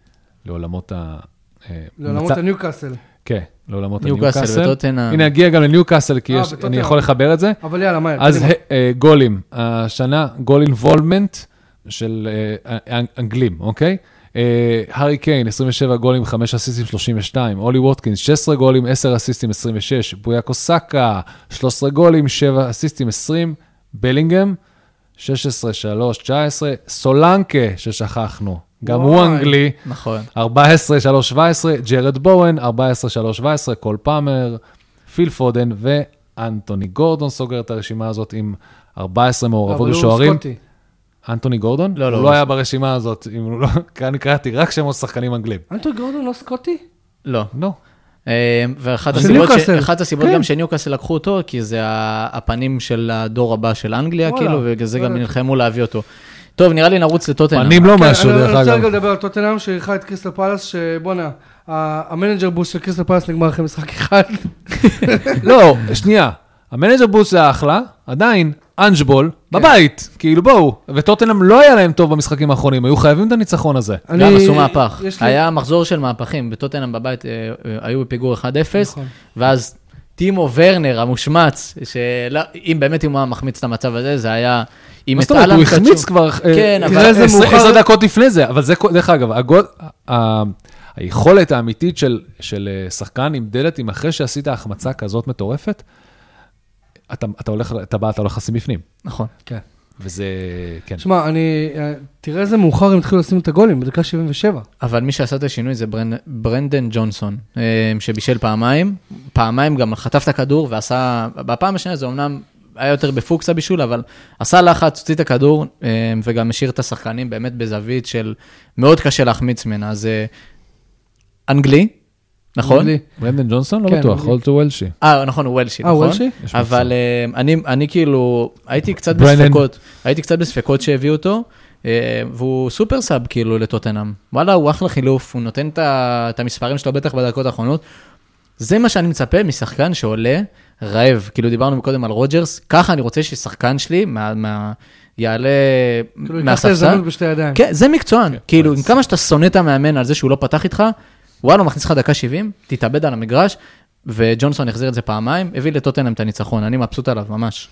לעולמות לעולמות הניוקאסל. כן, לעולמות ניוקאסל הניוקאסל. וטוטנהאם. הנה, נגיע גם לניוקאסל, כי אני בטוטנהאם. יכול לחבר את זה. אבל יאללה, מהר. אז קדימה. גולים, השנה גול אינבולמנט של אנגלים, אוקיי? הארי קיין, 27 גולים, 5 אסיסטים, 32. אולי ווטקינס, 16 גולים, 10 אסיסטים, 26. בויאקו סאקה, 13 גולים, 7 אסיסטים, 20. בלינגהם, 16, 3, 19. סולנקה, ששכחנו, גם הוא אנגלי. נכון. 14, 3, 17. ג'רד בואן, 14, 3, 17. קול פאמר, פיל פודן ואנטוני גורדון סוגר את הרשימה הזאת עם 14 מעורבות בשוערים. אבל הוא סקוטי. אנטוני גורדון? לא, הוא לא היה ברשימה הזאת, כאן קראתי רק שמות שחקנים אנגלים. אנטוני גורדון לא סקוטי? לא. לא. ואחת הסיבות גם שניוקאסל לקחו אותו, כי זה הפנים של הדור הבא של אנגליה, כאילו, ובגלל זה גם נלחמו להביא אותו. טוב, נראה לי נרוץ לטוטנהאם. פנים לא משהו, דרך אני רוצה אגב. רגע לדבר על טוטנהאם, שאירחה את קריסטל פלאס, שבואנה, המנג'ר בוס של קריסטל פלאס נגמר אחרי משחק אחד. לא, שנייה. המנג'ר בוס זה אחלה, עדיין, אנג'בול, בבית, כאילו בואו. וטוטנהאם לא היה להם טוב במשחקים האחרונים, היו חייבים את הניצחון הזה. גם עשו מהפך. היה מחזור של מהפכים, בטוטנהאם בבית היו בפיגור 1-0, ואז טימו ורנר המושמץ, שאם באמת הוא מחמיץ את המצב הזה, זה היה... מה זאת אומרת, הוא החמיץ כבר 10 דקות לפני זה, אבל זה, דרך אגב, היכולת האמיתית של שחקן עם דלת, אם אחרי שעשית החמצה כזאת מטורפת, אתה הולך לשים בפנים. נכון. כן. וזה, כן. שמע, תראה איזה מאוחר הם התחילו לשים את הגולים, בדקה 77. אבל מי שעשה את השינוי זה ברנדן ג'ונסון, שבישל פעמיים גם חטף את הכדור, ועשה, בפעם השנייה זה אומנם היה יותר בפוקס הבישול, אבל עשה לחץ, הוציא את הכדור, וגם השאיר את השחקנים באמת בזווית של מאוד קשה להחמיץ ממנה. אז אנגלי, נכון? ברנדן ג'ונסון? לא בטוח, הולט הוא וולשי. נכון, הוא וולשי, נכון? וולשי? אבל אני כאילו, הייתי קצת בספקות שהביאו אותו, והוא סופר סאב כאילו לטוטנהאם. וואלה, הוא אחלה חילוף, הוא נותן את המספרים שלו בטח בדקות האחרונות. זה מה שאני מצפה משחקן שעולה רעב, כאילו דיברנו קודם על רוג'רס, ככה אני רוצה ששחקן שלי יעלה מהספסל. כן, זה מקצוען. כאילו, עם כמה שאתה שונא את המאמן על זה שהוא לא פתח איתך, וואלה, הוא מכניס לך דקה 70, תתאבד על המגרש, וג'ונסון החזיר את זה פעמיים, הביא לטוטנהאם את הניצחון, אני מבסוט עליו, ממש.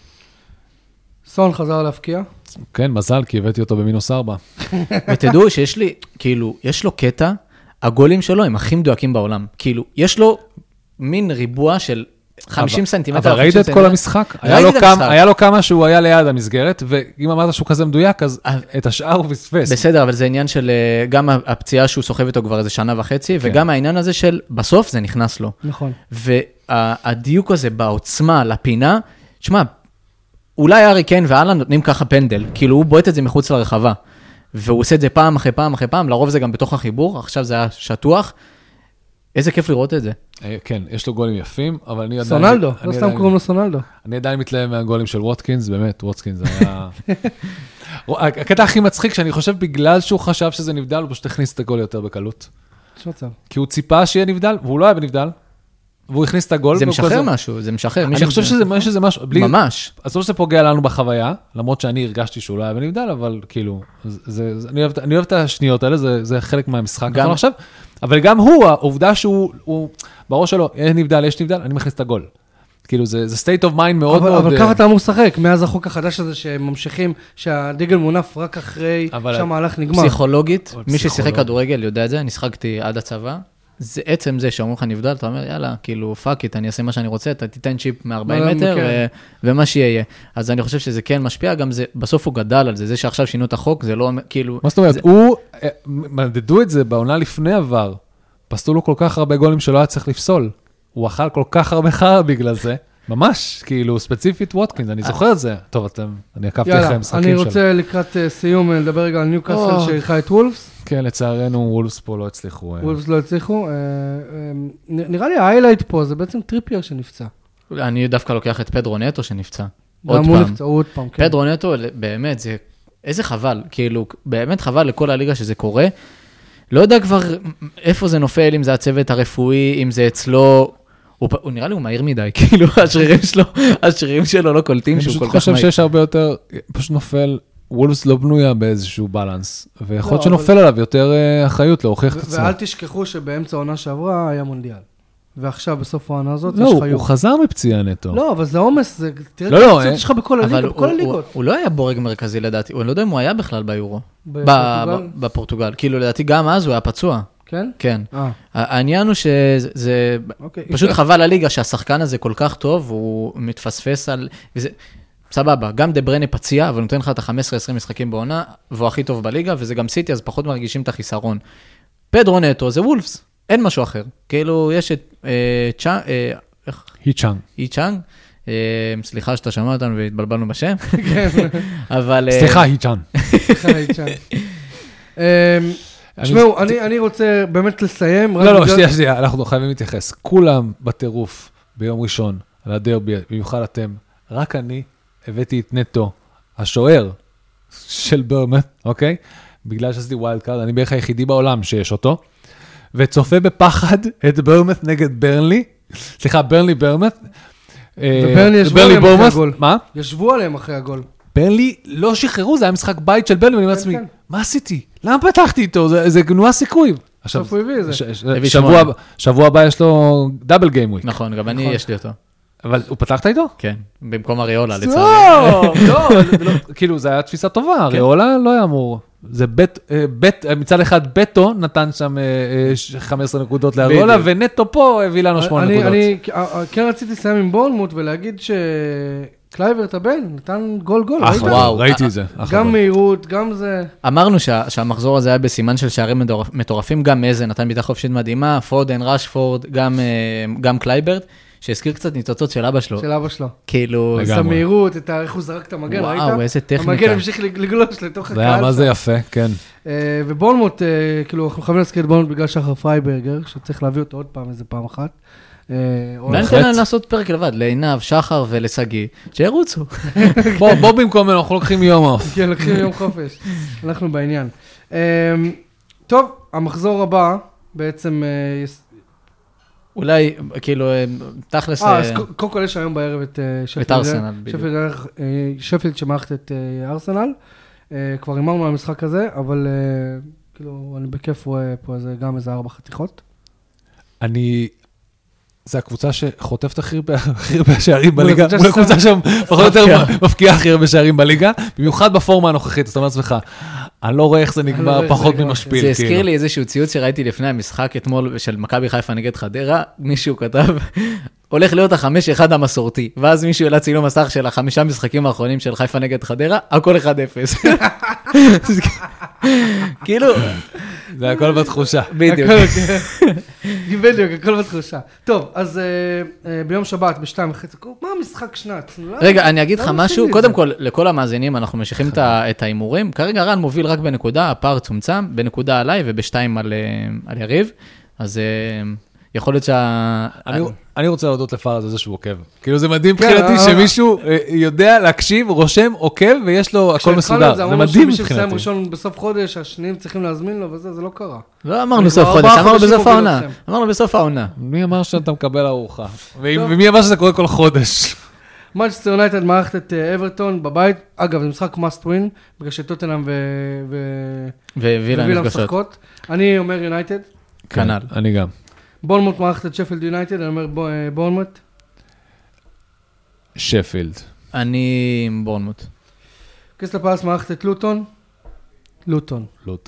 סון חזר להפקיע. כן, מזל, כי הבאתי אותו ב-4. ותדעו שיש לי, כאילו, יש לו קטע, הגולים שלו הם הכי מדויקים בעולם. כאילו, יש לו מין ריבוע של 50 סנטימטר. אבל ראית את כל המשחק? היה לו כמה שהוא היה ליד המסגרת, ואם אמרת שהוא כזה מדויק, אז את השאר הוא פספס. בסדר, אבל זה עניין של גם הפציעה שהוא סוחב איתו כבר איזה 1.5 שנה, וגם העניין הזה של בסוף זה נכנס לו. נכון. והדיוק הזה בעוצמה לפינה, תשמע, אולי הארי קיין ואלן נותנים ככה פנדל, כאילו הוא בועט את זה מחוץ לרחבה, והוא עושה את זה פעם אחרי פעם אחרי פעם, לרוב זה גם בתוך החיבור, עכשיו זה היה שטוח, איזה כיף לראות את זה. כן, יש לו גולים יפים, אבל אני עדיין... סונלדו, לא סתם קוראים לו סונלדו. אני עדיין מתלהב מהגולים של ווטקינס, באמת, ווטקינס זה היה... הקטע הכי מצחיק, שאני חושב בגלל שהוא חשב שזה נבדל, הוא פשוט הכניס את הגול יותר בקלות. יש מצב. כי הוא ציפה שיהיה נבדל, והוא לא היה בנבדל, והוא הכניס את הגול. זה משחרר משהו, זה משחרר. אני חושב שזה משהו... ממש. אז לא שזה פוגע לנו בחוויה, למרות שאני הרגשתי שהוא לא היה בנבדל, אבל כאילו, אני אוהב את השניות האלה, זה חלק מהמשחק. אבל גם הוא, העובדה שהוא, בראש שלו, יש נבדל, אני מכניס את הגול. כאילו, זה state of mind מאוד מאוד... אבל ככה אתה אמור לשחק, מאז החוק החדש הזה שהם ממשיכים, שהדגל מונף רק אחרי שהמהלך נגמר. פסיכולוגית, מי ששיחק כדורגל יודע את זה, אני שחקתי עד הצבא, זה עצם זה שאומרים לך נבדל, אתה אומר, יאללה, כאילו, פאק איט, אני אעשה מה שאני רוצה, אתה תיתן צ'יפ מ-40 מטר, ומה שיהיה. אז אני חושב שזה כן משפיע, גם זה, בסוף הוא גדל על זה, זה שעכשיו שינו את החוק, זה לא, כאילו... מה זאת אומרת, הוא, מדדו את זה בעונה לפני עבר, פסלו לו כל כך הרבה גולים שלא היה צריך לפסול, הוא אכל כל כך הרבה חרא בגלל זה, ממש, כאילו, ספציפית ווטקינס, אני זוכר את זה. טוב, אני עקבתי אחרי המשחקים שלו. אני רוצה לקראת סיום לדבר רגע על ניוקאסל שאירחה את וולפס. כן, לצערנו, וולפס פה לא הצליחו. וולפס לא הצליחו. נראה לי ההיילייט פה, זה בעצם טריפייר שנפצע. אני דווקא לוקח את פדרו נטו שנפצע. גם הוא נפצע, עוד פעם. פדרו נטו, באמת, זה איזה חבל, כאילו, באמת חבל לכל הליגה שזה קורה. לא יודע כבר איפה זה נופל, אם זה הצוות הרפואי, אם זה אצלו, הוא נראה לי הוא מהיר מדי, כאילו השרירים שלו לא קולטים שהוא כל כך מהיר. אני פשוט חושב שיש הרבה יותר, פשוט נופל וולפס לא בנויה באיזשהו בלנס, ויכול להיות לא, שנופל עליו יותר אחריות להוכיח את עצמו. ואל תשכחו שבאמצע העונה שעברה היה מונדיאל. ועכשיו, בסוף העונה הזאת, לא, יש חיוב. הוא חזר מפציעה נטו. לא, אבל זה עומס, תראה לא, כמה פציעות יש לך בכל הליגות. הוא לא היה בורג מרכזי לדעתי, אני לא יודע אם הוא היה בכלל ביורו. בפורטוגל. כאילו לדעתי גם אז הוא היה פצוע. כן? כן. העניין הוא שזה פשוט חבל לליגה שהשחקן הזה כל כך טוב, הוא מתפספס על... סבבה, גם דה בריינה פציע, אבל נותן לך את ה-15-20 משחקים בעונה, והוא הכי טוב בליגה, וזה גם סיטי, אז פחות מרגישים את החיסרון. פדרו נטו זה וולפס, אין משהו אחר. כאילו, יש את אי צ'אנג, סליחה שאתה שמע אותנו והתבלבלנו בשם, אבל... סליחה, אי צ'אנג. תשמעו, אני רוצה באמת לסיים. לא, שנייה, אנחנו חייבים להתייחס. כולם בטירוף ביום ראשון על הדרבי, במיוחד אתם, רק אני הבאתי את נטו, השוער של ברמת, אוקיי? בגלל שעשיתי ווילד קארד, אני בערך היחידי בעולם שיש אותו, וצופה בפחד את ברמת נגד ברנלי, סליחה, ברנלי ברמת. וברנלי ישבו עליהם אחרי הגול. מה? ישבו עליהם אחרי הגול. ברנלי לא שחררו, זה היה משחק בית של ברנלי, ואני אומר לעצמי, מה עשיתי? למה פתחתי איתו? זה גנוע סיכוי. עכשיו הוא הביא את זה. שבוע הבא יש לו דאבל גיים וויק. נכון, גם אני יש לי אותו. אבל הוא פתחת איתו? כן, במקום אריולה, לצערי. לא, כאילו, זה היה תפיסה טובה, אריולה לא היה אמור. זה מצד אחד בטו נתן שם 15 נקודות לאריולה, ונטו פה הביא לנו 8 נקודות. אני כן רציתי לסיים עם בורנמוט ולהגיד שקלייברט הבן נתן גול. וואו, ראיתי את זה. גם מהירות, גם זה. אמרנו שהמחזור הזה היה בסימן של שערים מטורפים, גם איזה נתן ביתה חופשית מדהימה, פודן, רשפורד, גם קלייברט. שהזכיר קצת ניצוצות של אבא שלו. של אבא שלו. כאילו... את המהירות, איך הוא זרק את המגן, ראית? וואו, איזה טכניקה. המגן המשיך לגלוש לתוך הקהל. זה היה מה זה יפה, כן. ובורנמוט, כאילו, אנחנו חייבים להזכיר את בורנמוט בגלל שחר פרייברגר, שצריך להביא אותו עוד פעם, איזה פעם אחת. ניתן להם לעשות פרק לבד, לעינב, שחר ולסגי, שירוצו. בוא במקום, אנחנו לוקחים יום אוף. כן, לוקחים יום חופש. אנחנו בעניין. טוב, המחזור הבא, בעצם... אולי, כאילו, תכלס... אז קודם כל יש היום בערב את שפילד. את ארסנל, בדיוק. שפילד שמערכת את ארסנל. כבר אמרנו על המשחק הזה, אבל כאילו, אני בכיף רואה פה גם איזה 4 חתיכות. זה הקבוצה שחוטפת הכי הרבה שערים בליגה, מול הקבוצה שם פחות או יותר מפקיעה הכי הרבה שערים בליגה, במיוחד בפורמה הנוכחית, זאת אומרת לך, אני לא רואה איך זה נגמר פחות ממשפיל. זה הזכיר לי איזשהו ציוץ שראיתי לפני המשחק אתמול של מכבי חיפה נגד חדרה, מישהו כתב, הולך להיות 5-1 המסורתי, ואז מישהו העלה צילום מסך של 5 משחקים האחרונים של חיפה נגד חדרה, הכל 1-0. כאילו... זה הכל בתחושה. בדיוק. בדיוק, הכל בתחושה. טוב, אז ביום שבת, ב-2:30, מה המשחק שנת? רגע, אני אגיד לך משהו, קודם כל, לכל המאזינים, אנחנו משיכים את האימורים, כרגע רן מוביל רק בנקודה, הפער צומצם, בנקודה עליי וב-2 על יריב, אז יכול להיות אני רוצה להודות לפארז הזה שהוא עוקב. כאילו זה מדהים מבחינתי שמישהו יודע להקשיב, רושם, עוקב, ויש לו הכל מסודר. זה מדהים מבחינתי. שמישהו ראשון בסוף חודש, השניים צריכים להזמין לו, וזה לא קרה. לא אמרנו סוף חודש, אמרנו בסוף העונה. אמרנו בסוף העונה. מי אמר שאתה מקבל ארוחה? ומי אמר שזה קורה כל חודש? מנצ'סטר יונייטד מערכת את אברטון בבית. אגב, זה משחק must win, בגלל שטוטנהאם ווילה משחקות. אני אומר יונייטד. כנ"ל. אני גם. בורנמוט מערכת את שפילד יונייטד, אני אומר בורנמוט. שפילד. אני עם בורנמוט. קריסטל פלאס מערכת את לוטון. לוטון.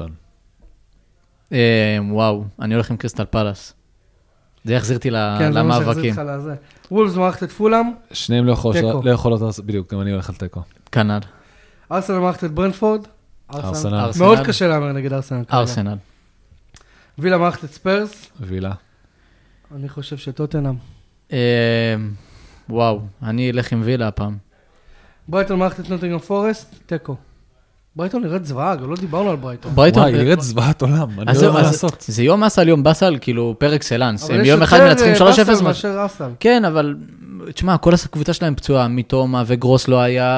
וואו, אני הולך עם קריסטל פלאס. זה יחזיר אותי למאבקים. כן, זה מה שיחזיר אותך לזה. וולפס מערכת את פולאם. שניהם לא יכולות, בדיוק, גם אני הולך על טקו. כנ"ל. ארסנל מערכת את ברנפורד. ארסנל. מאוד קשה להאמר נגד ארסנל. ארסנל. וילה מערכת את ספרס. וילה. אני חושב שטוטנהאם. וואו, אני אלך עם וילה הפעם. ברייטון מערכת את נוטינגהאם פורסט, טקו. ברייטון נראית זוועה, לא דיברנו על ברייטון. וואי, נראית זוועת עולם, אני לא יודע מה לעשות. זה יום אסל, יום בסל, כאילו פר אקסלנס. אבל יום יש אחד מנצחים 3-0. יותר באסל מאשר אסל. כן, אבל, תשמע, כל הקבוצה שלהם פצועה, מתומה וגרוס לא היה,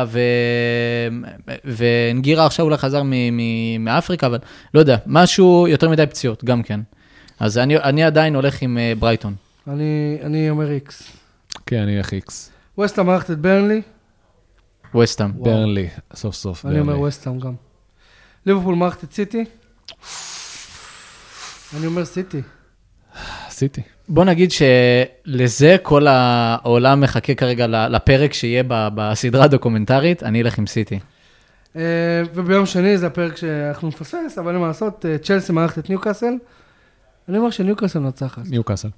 ונגירה עכשיו אולי חזר מאפריקה, אבל לא יודע, משהו יותר מדי פציעות, גם כן. אז אני עדיין הולך עם ברייטון. אני אומר איקס. כן, אני אלך איקס. ווסטהאם מערכת את ברנלי. ווסטהאם. ברנלי, סוף סוף. אני אומר ווסטהאם גם. ליברפול מערכת את סיטי? אני אומר סיטי. סיטי. בוא נגיד שלזה כל העולם מחכה כרגע לפרק שיהיה בסדרה הדוקומנטרית, אני אלך עם סיטי. וביום שני זה הפרק שאנחנו נפספס, אבל אין מה לעשות, צ'לסי מערכת את ניוקאסל. אני אומר שניוקאסל נצחת. ניוקאסל.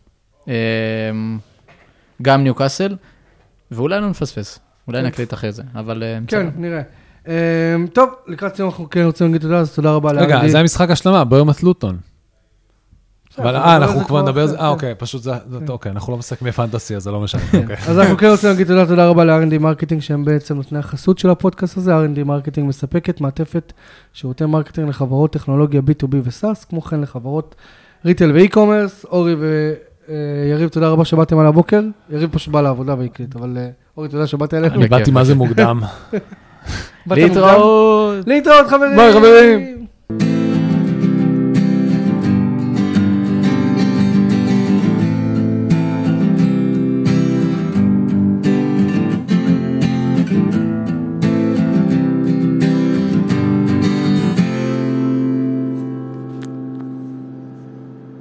גם ניוקאסל, ואולי לא נפספס. אולי נקליט אחרי זה, אבל... כן, נראה. טוב, לקראת סיום אנחנו כן רוצים להגיד תודה, אז תודה רבה לארדי. רגע, זה המשחק השלמה, ביום לוטון. אבל אנחנו כבר נדבר על זה, אוקיי, פשוט זה, אוקיי, אנחנו לא מסכמי פנטסי, אז זה לא משנה, אוקיי. אז אנחנו כן רוצים להגיד תודה רבה ל-R&D מרקטינג, שהם בעצם נותני החסות של הפודקאסט הזה. R&D מרקטינג מספקת מעטפת שירותי מרקטינג לחברות טכנולוגיה B2B ו-SaaS, כמו כן לחברות ריטל ואי-קומרס. אורי ויריב, תודה רבה שבאתם על הבוקר. יריב פשוט בא לעבודה והקליט, אבל אורי, תודה שבאתי עלינו. אני באתי מה זה מוקדם. להתראות. להתראות, חברים. ביי, חברים.